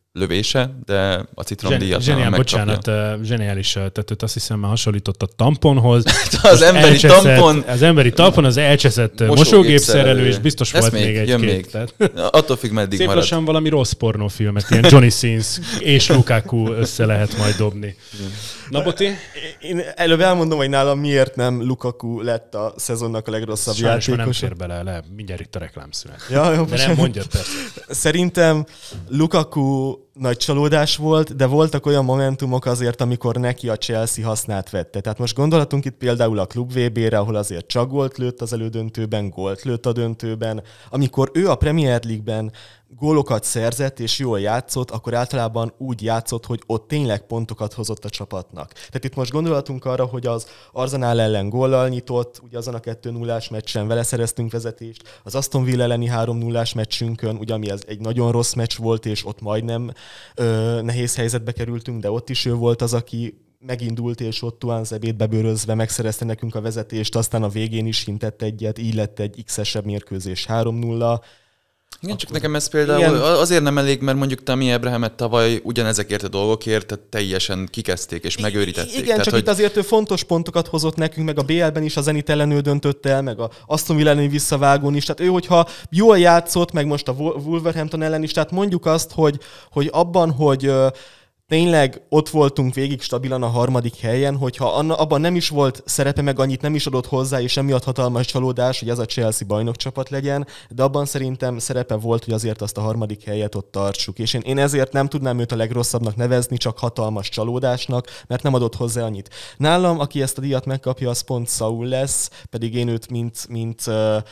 lövése, de a citromdíjat
Zseniál,
megkapja.
bocsánat, zseniális tetőt, azt hiszem már hasonlított a tamponhoz.
az emberi
elcseszett,
tampon...
Az emberi tampon, az elcseszett mosógépszerelő, és biztos
lesz
volt még, még egy-két. Tehát...
Attól függ, meddig
szép
marad.
lassan valami rossz pornófilmet, ilyen Johnny Sins és Lukaku össze lehet majd dobni. Na, Boti?
Én előbb elmondom, hogy nálam miért nem Lukaku lett a szezonnak a legrosszabb
Sajnos
játékos.
nem fér bele, le, mindjárt itt a reklámszünet.
Ja, jó,
de nem mondjad persze.
Szerintem Lukaku nagy csalódás volt, de voltak olyan momentumok azért, amikor neki a Chelsea hasznát vette. Tehát most gondolhatunk itt például a Klub vé bé-re, ahol azért csak gólt lőtt az elődöntőben, gólt lőtt a döntőben. Amikor ő a Premier League-ben gólokat szerzett és jól játszott, akkor általában úgy játszott, hogy ott tényleg pontokat hozott a csapatnak. Tehát itt most gondolhatunk arra, hogy az Arsenal ellen góllal nyitott, ugye azon a kettő nullás meccsen vele szereztünk vezetést, az Aston Villa elleni három nullás meccsünkön, ugye ami ez egy nagyon rossz meccs volt, és ott majdnem ö, nehéz helyzetbe kerültünk, de ott is ő volt az, aki megindult, és ott Tuanzebét bebőrözve megszerezte nekünk a vezetést, aztán a végén is hintett egyet, így lett egy x-esebb mérkőzés három nulla.
Igen, csak nekem ez például igen. azért nem elég, mert mondjuk Tammy Abrahamet tavaly ugyanezekért a dolgokért tehát teljesen kikezdték és megőrítették.
Igen,
tehát,
csak
hogy...
itt azért ő fontos pontokat hozott nekünk, meg a bé el-ben is a Zenit ellen ő döntött el, meg a Aston Villa elleni visszavágón is. Tehát ő, hogyha jól játszott, meg most a Wolverhampton ellen is, tehát mondjuk azt, hogy, hogy abban, hogy tényleg ott voltunk végig stabilan a harmadik helyen, hogyha abban nem is volt szerepe, meg annyit nem is adott hozzá, és emiatt hatalmas csalódás, hogy ez a Chelsea bajnokcsapat legyen, de abban szerintem szerepe volt, hogy azért azt a harmadik helyet ott tartsuk. És én, én ezért nem tudnám őt a legrosszabbnak nevezni, csak hatalmas csalódásnak, mert nem adott hozzá annyit. Nálam, aki ezt a díjat megkapja, az pont Saul lesz, pedig én őt mint, mint,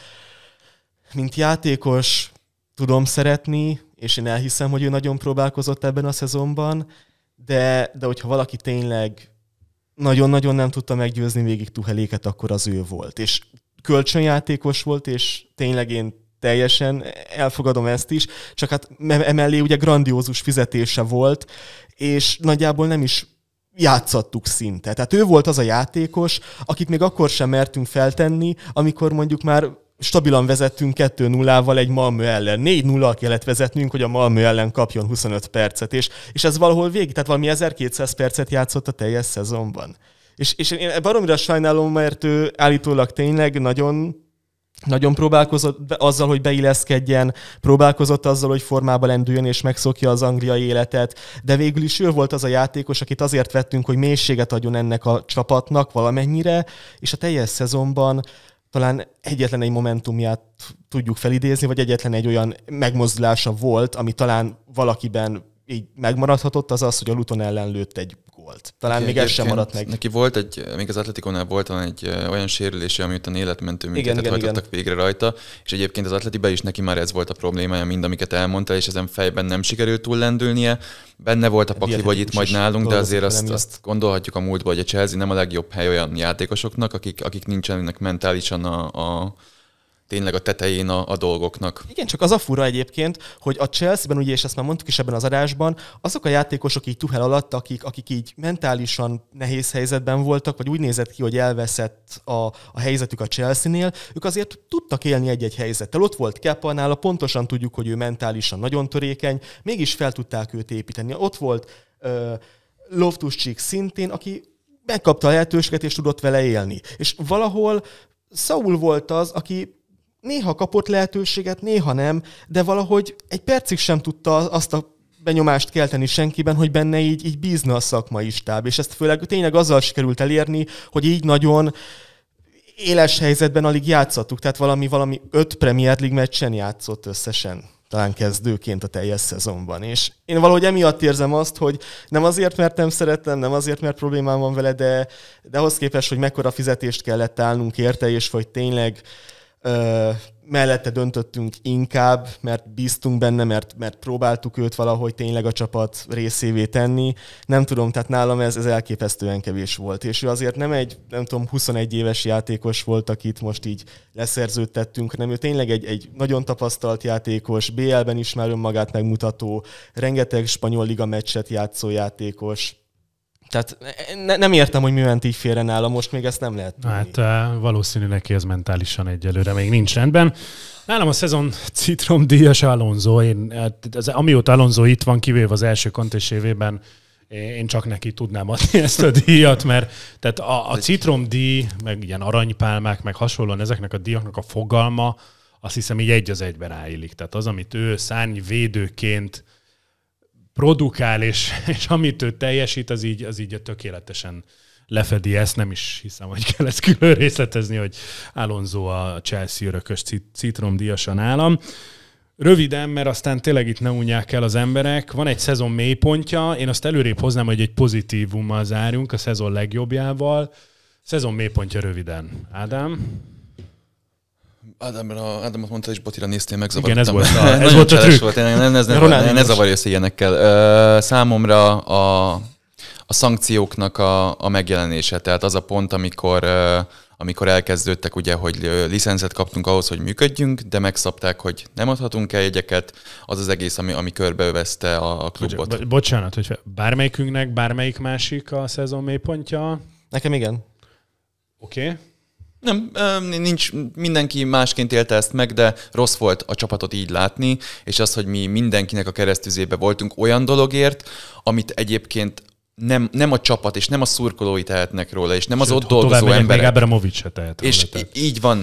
mint játékos tudom szeretni, és én elhiszem, hogy ő nagyon próbálkozott ebben a szezonban, de, de hogyha valaki tényleg nagyon-nagyon nem tudta meggyőzni végig Tucheléket, akkor az ő volt. És kölcsönjátékos volt, és tényleg én teljesen elfogadom ezt is, csak hát emellé ugye grandiózus fizetése volt, és nagyjából nem is játszattuk szinte. Tehát ő volt az a játékos, akit még akkor sem mertünk feltenni, amikor mondjuk már stabilan vezettünk kettő nullával egy Malmö ellen. négy nullal kellett vezetnünk, hogy a Malmö ellen kapjon huszonöt percet, és, és ez valahol végig, tehát valami ezerkétszáz percet játszott a teljes szezonban. És, és én baromira sajnálom, mert ő állítólag tényleg nagyon, nagyon próbálkozott be, azzal, hogy beilleszkedjen, próbálkozott azzal, hogy formába lendüljön és megszokja az angliai életet, de végül is ő volt az a játékos, akit azért vettünk, hogy mélységet adjon ennek a csapatnak valamennyire, és a teljes szezonban talán egyetlen egy momentumját tudjuk felidézni, vagy egyetlen egy olyan megmozdulása volt, ami talán valakiben így megmaradhatott, az az, hogy a Luton ellen lőtt egy gólt. Talán még ez sem maradt meg.
Neki volt egy, még az Atleticónál volt egy olyan sérülése, ami után életmentő műtétet hajtottak igen. végre rajta, és egyébként az Atletiben is neki már ez volt a problémája, mind amiket elmondta, és ezen fejben nem sikerült túllendülnie. Benne volt a pakli, vagy itt majd nálunk, de azért azt, azt gondolhatjuk a múltban, hogy a Chelsea nem a legjobb hely olyan játékosoknak, akik, akik nincsenek mentálisan a, a tényleg a tetején a, a dolgoknak.
Igen, csak az a fura egyébként, hogy a Chelsea-ben, ugye, és ezt már mondtuk is ebben az adásban, azok a játékosok így Tuchel alatt, akik, akik így mentálisan nehéz helyzetben voltak, vagy úgy nézett ki, hogy elveszett a, a helyzetük a Chelsea-nél, ők azért tudtak élni egy-egy helyzettel. Ott volt Kepa, nála pontosan tudjuk, hogy ő mentálisan nagyon törékeny, mégis fel tudták őt építeni. Ott volt uh, Loftus-Cheek szintén, aki megkapta a lehetőséget, és tudott vele élni. És valahol Saul volt az, aki néha kapott lehetőséget, néha nem, de valahogy egy percig sem tudta azt a benyomást kelteni senkiben, hogy benne így, így bízna a szakmai stáb. És ezt főleg tényleg azzal sikerült elérni, hogy így nagyon éles helyzetben alig játszottuk. Tehát valami, valami öt Premier League meccsen játszott összesen, talán kezdőként a teljes szezonban. És én valahogy emiatt érzem azt, hogy nem azért, mert nem szeretem, nem azért, mert problémám van vele, de, de ahhoz képest, hogy mekkora fizetést kellett állnunk érte, és hogy tényleg Ö, mellette döntöttünk inkább, mert bíztunk benne, mert, mert próbáltuk őt valahogy tényleg a csapat részévé tenni. Nem tudom, tehát nálam ez, ez elképesztően kevés volt. És ő azért nem egy, nem tudom, huszonegy éves játékos volt, akit most így leszerződtettünk, hanem ő tényleg egy, egy nagyon tapasztalt játékos, bé el-ben is már önmagát megmutató, rengeteg spanyol liga meccset játszó játékos. Tehát ne, nem értem, hogy mi ment így félre nála, most még ezt nem lehet tudni.
Hát valószínű neki ez mentálisan egyelőre még nincs rendben. Nálam a szezon citromdíjas Alonso. Én, az, amióta Alonso itt van, kivéve az első kontés évében, én csak neki tudnám adni ezt a díjat, mert tehát a, a citromdíj, meg ilyen aranypálmák, meg hasonlóan ezeknek a díjaknak a fogalma, azt hiszem így egy az egyben ráillik. Tehát az, amit ő szárnyvédőként produkál, és, és amit ő teljesít, az így, az így tökéletesen lefedi ezt. Nem is hiszem, hogy kell ezt külön részletezni, hogy Alonso a Chelsea örökös citromdíjasa nálam. Röviden, mert aztán tényleg itt ne unják el az emberek. Van egy szezon mélypontja, én azt előrébb hoznám, hogy egy pozitívummal zárjunk, a szezon legjobbjával. Szezon mélypontja röviden. Ádám?
Ádámra, Ádámot mondta, és Botira néztél, megzavarodtam.
Igen, ez volt a, ez volt a trükk. Volt.
Ne, ne, ne, ne zavarj össze ilyenekkel. Uh, számomra a, a szankcióknak a, a megjelenése, tehát az a pont, amikor, uh, amikor elkezdődtek, ugye, hogy licencet kaptunk ahhoz, hogy működjünk, de megszabták, hogy nem adhatunk el jegyeket, az az egész, ami, ami körbeövezte a, a klubot.
Bo- bocsánat, hogy bármelyikünknek bármelyik másik a szezon mélypontja?
Nekem igen.
Oké. Okay.
Nem, nincs, mindenki másként élte ezt meg, de rossz volt a csapatot így látni, és az, hogy mi mindenkinek a keresztüzébe voltunk olyan dologért, amit egyébként nem, nem a csapat, és nem a szurkolói tehetnek róla, és nem az Sőt, ott dolgozó emberek.
Még Abramovic se tehet róla.
És tehát. Így van.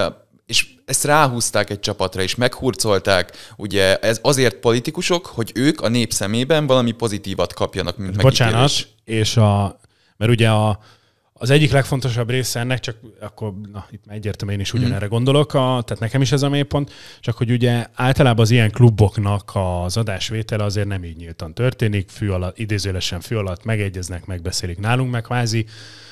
És ezt ráhúzták egy csapatra, és meghurcolták. Ugye ez azért politikusok, hogy ők a nép szemében valami pozitívat kapjanak, mint megítélés.
Bocsánat, és a, mert ugye a Az egyik legfontosabb része ennek, csak akkor, na, itt már egyértelműen én is ugyanerre gondolok, a, tehát nekem is ez a mélypont, csak hogy ugye általában az ilyen kluboknak az adásvétele azért nem így nyíltan történik, fű alatt, idézőlesen fű alatt megegyeznek, megbeszélik nálunk meg kvázi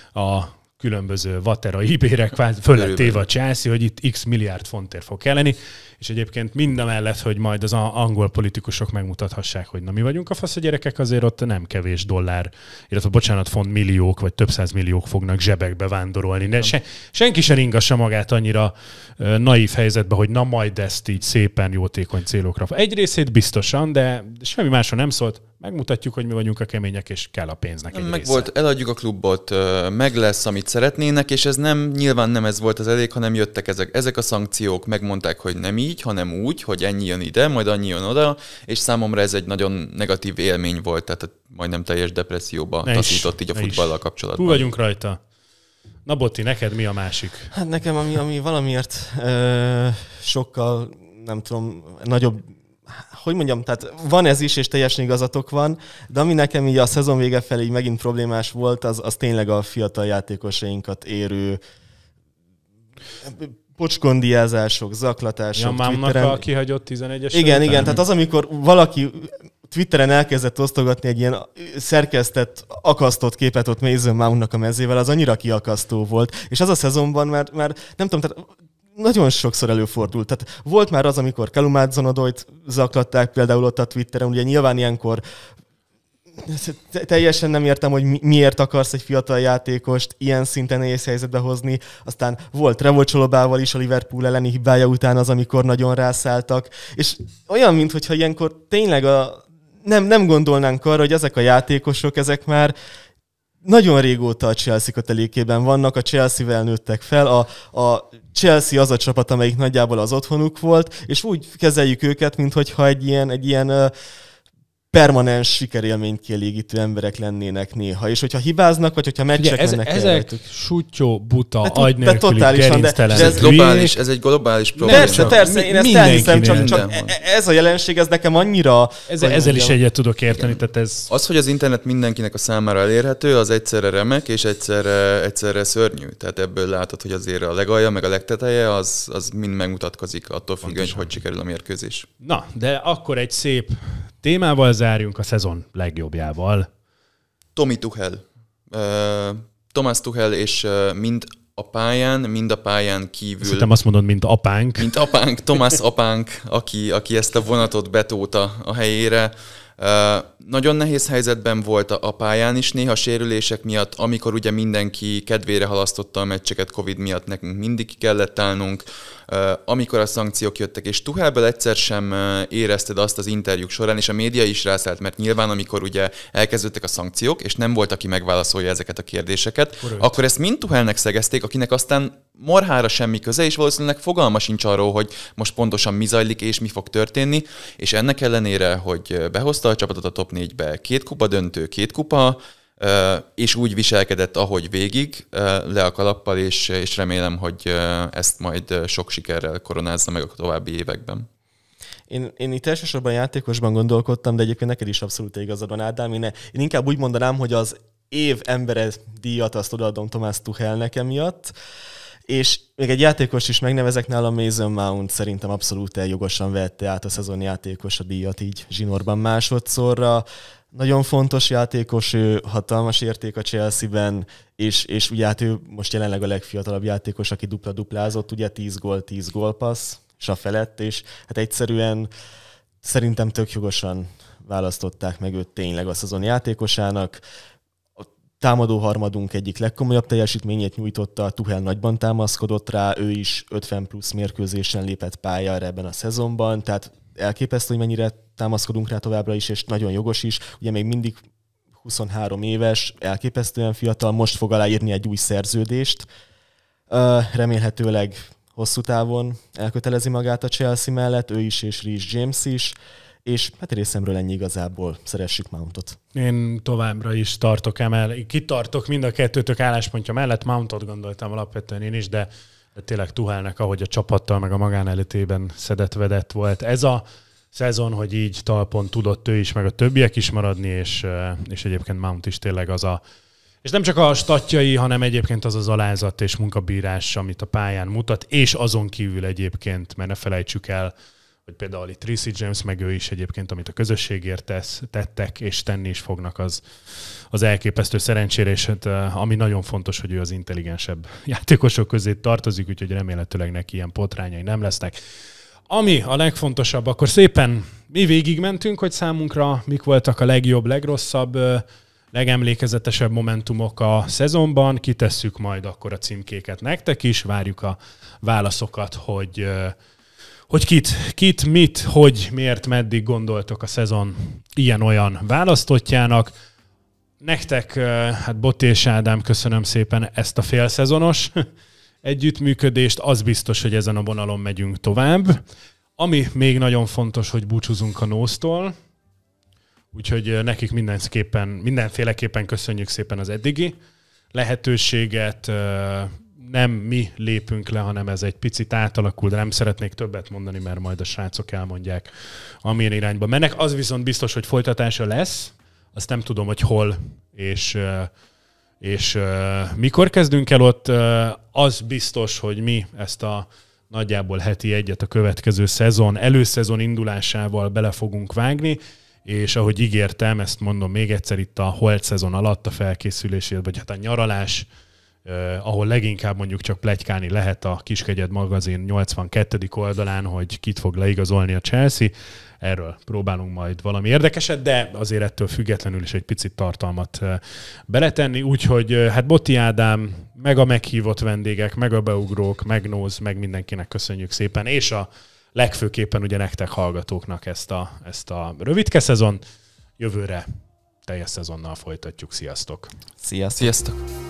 a különböző vatera ibérek fölött téve a Chelsea, hogy itt x milliárd fontért fog kelleni, és egyébként mindamellett, hogy majd az angol politikusok megmutathassák, hogy na mi vagyunk a fasz a gyerekek, azért ott nem kevés dollár, illetve bocsánat, font milliók, vagy több száz milliók fognak zsebekbe vándorolni. De se, senki se ringassa magát annyira uh, naív helyzetbe, hogy na majd ezt így szépen jótékony célokra. Egy részét biztosan, de semmi másra nem szólt. Megmutatjuk, hogy mi vagyunk a kemények, és kell a pénznek egy
Meg
része.
volt, eladjuk a klubot, meg lesz, amit szeretnének, és ez nem, nyilván nem ez volt az elég, hanem jöttek ezek, ezek a szankciók, megmondták, hogy nem így, hanem úgy, hogy ennyi jön ide, majd annyi jön oda, és számomra ez egy nagyon negatív élmény volt, tehát majdnem teljes depresszióba ne taszított is, így a futballal kapcsolatban.
Túl vagyunk rajta. Na Botti, neked mi a másik?
Hát nekem, ami, ami valamiért ö, sokkal, nem tudom, nagyobb, hogy mondjam, tehát van ez is, és teljesen igazatok van, de ami nekem így a szezon vége felé így megint problémás volt, az, az tényleg a fiatal játékosainkat érő pocskondiázások, zaklatások.
Jammámnak a kihagyott tizenegyes.
Igen, után? igen, tehát az, amikor valaki Twitteren elkezdett osztogatni egy ilyen szerkesztett, akasztott képet ott Mason Mountnak a mezével, az annyira kiakasztó volt. És az a szezonban már, már nem tudom, tehát nagyon sokszor előfordult. Tehát volt már az, amikor Callum Hudson-Odoit zaklatták például ott a Twitteren, ugye nyilván ilyenkor teljesen nem értem, hogy miért akarsz egy fiatal játékost ilyen szinten nehéz helyzetbe hozni. Aztán volt Trevor Chalobával is a Liverpool elleni hibája után az, amikor nagyon rászálltak. És olyan, mintha ilyenkor tényleg a, nem, nem gondolnánk arra, hogy ezek a játékosok, ezek már nagyon régóta a Chelsea kötelékében vannak, a Chelsea-vel nőttek fel, a, a Chelsea az a csapat, amelyik nagyjából az otthonuk volt, és úgy kezeljük őket, mintha egy ilyen, egy ilyen uh, permanens sikerélményt kielégítő emberek lennének néha. És hogyha hibáznak, vagy hogyha meccsek
ez,
mennek
ezek
rajtuk.
Sutyó, buta,
de,
agynélküli, gerinctelen.
Ez, globális, ez egy globális probléma.
Persze, persze, én ezt elhiszem, csak, csak ez a jelenség, ez nekem annyira...
Ez, ezzel is egyet tudok érteni. Tehát ez...
Az, hogy az internet mindenkinek a számára elérhető, az egyszerre remek, és egyszerre, egyszerre szörnyű. Tehát ebből látod, hogy azért a legalja, meg a legteteje, az, az mind megmutatkozik attól függően, hogy hogy sikerül a mérkőzés.
Na, de akkor egy szép témával zárjunk, a szezon legjobbjával.
Tommy Tuchel. Uh, Thomas Tuchel, és uh, mind a pályán, mind a pályán kívül...
Szerintem azt mondod, mint apánk.
Mint apánk, Thomas apánk, aki, aki ezt a vonatot betóta a helyére. Uh, nagyon nehéz helyzetben volt a, a pályán is néha sérülések miatt, amikor ugye mindenki kedvére halasztotta a meccseket Covid miatt, nekünk mindig ki kellett állnunk, uh, amikor a szankciók jöttek, és Tuchelből egyszer sem uh, érezted azt az interjúk során, és a média is rászállt, mert nyilván amikor ugye elkezdődtek a szankciók, és nem volt, aki megválaszolja ezeket a kérdéseket, Korrekt. Akkor ezt mind Tuchelnek szegezték, akinek aztán marhára semmi köze, és valószínűleg fogalma sincs arról, hogy most pontosan mi zajlik és mi fog történni, és ennek ellenére, hogy behozta a csapatot a top négybe, két kupa döntő, két kupa, és úgy viselkedett, ahogy végig, le a kalappal, és, és remélem, hogy ezt majd sok sikerrel koronázza meg a további években.
Én, én itt elsősorban játékosban gondolkodtam, de egyébként neked is abszolút igazad van, Ádám. Én, én inkább úgy mondanám, hogy az év embere díjat azt odaadom Thomas Tuchelnek emiatt, és még egy játékos is megnevezek nálam, Mason Mount szerintem abszolút eljogosan vette át a szezon játékos a díjat így zsinórban másodszorra. Nagyon fontos játékos, ő hatalmas érték a Chelsea-ben, és, és ugye hát ő most jelenleg a legfiatalabb játékos, aki dupla-duplázott, ugye tíz gól, tíz gólpassz, és a felett, és hát egyszerűen szerintem tök jogosan választották meg őt tényleg a szezon játékosának. Támadó harmadunk egyik legkomolyabb teljesítményét nyújtotta, Tuchel nagyban támaszkodott rá, ő is ötven plusz mérkőzésen lépett pályára ebben a szezonban, tehát elképesztő, hogy mennyire támaszkodunk rá továbbra is, és nagyon jogos is. Ugye még mindig huszonhárom éves, elképesztően fiatal, most fog aláírni egy új szerződést. Remélhetőleg hosszú távon elkötelezi magát a Chelsea mellett, ő is és Reece James is. És hát részemről ennyi igazából, szeressük Mountot.
Én továbbra is tartok emel, kitartok mind a kettőtök álláspontja mellett, Mountot gondoltam alapvetően én is, de, de tényleg Tuchelnek, ahogy a csapattal meg a magánéletében szedett-vedett volt ez a szezon, hogy így talpon tudott ő is, meg a többiek is maradni, és, és egyébként Mount is tényleg az a, és nem csak a statjai, hanem egyébként az az alázat és munkabírás, amit a pályán mutat, és azon kívül egyébként, mert ne felejtsük el, hogy például itt Reece James, meg ő is egyébként, amit a közösségért tesz, tettek, és tenni is fognak, az, az elképesztő szerencsére, és hát, ami nagyon fontos, hogy ő az intelligensebb játékosok közé tartozik, úgyhogy remélhetőleg neki ilyen potrányai nem lesznek. Ami a legfontosabb, akkor szépen mi végigmentünk, hogy számunkra mik voltak a legjobb, legrosszabb, legemlékezetesebb momentumok a szezonban, kitesszük majd akkor a címkéket nektek is, várjuk a válaszokat, hogy hogy kit, kit, mit, hogy, miért, meddig gondoltok a szezon ilyen-olyan választottjának. Nektek, hát Botti és Ádám, köszönöm szépen ezt a félszezonos együttműködést. Az biztos, hogy ezen a vonalon megyünk tovább. Ami még nagyon fontos, hogy búcsúzunk a Nóztól. Úgyhogy nekik mindenképpen, mindenféleképpen köszönjük szépen az eddigi lehetőséget. Nem mi lépünk le, hanem ez egy picit átalakul, de nem szeretnék többet mondani, mert majd a srácok elmondják, amilyen irányba mennek. Az viszont biztos, hogy folytatása lesz, azt nem tudom, hogy hol és, és mikor kezdünk el ott. Az biztos, hogy mi ezt a nagyjából heti egyet a következő szezon, előszezon indulásával bele fogunk vágni, és ahogy ígértem, ezt mondom még egyszer itt a holt szezon alatt a felkészülését, vagy hát a nyaralás, Uh, ahol leginkább mondjuk csak pletykálni lehet a Kiskegyed magazin nyolcvankettedik oldalán, hogy kit fog leigazolni a Chelsea. Erről próbálunk majd valami érdekeset, de azért ettől függetlenül is egy picit tartalmat uh, beletenni. Úgyhogy uh, hát Botti Ádám, meg a meghívott vendégek, meg a beugrók, meg Nóz, meg mindenkinek köszönjük szépen, és a legfőképpen ugye nektek hallgatóknak ezt a, ezt a rövidke szezon. Jövőre teljes szezonnal folytatjuk. Sziasztok!
Sziasztok!
Sziasztok.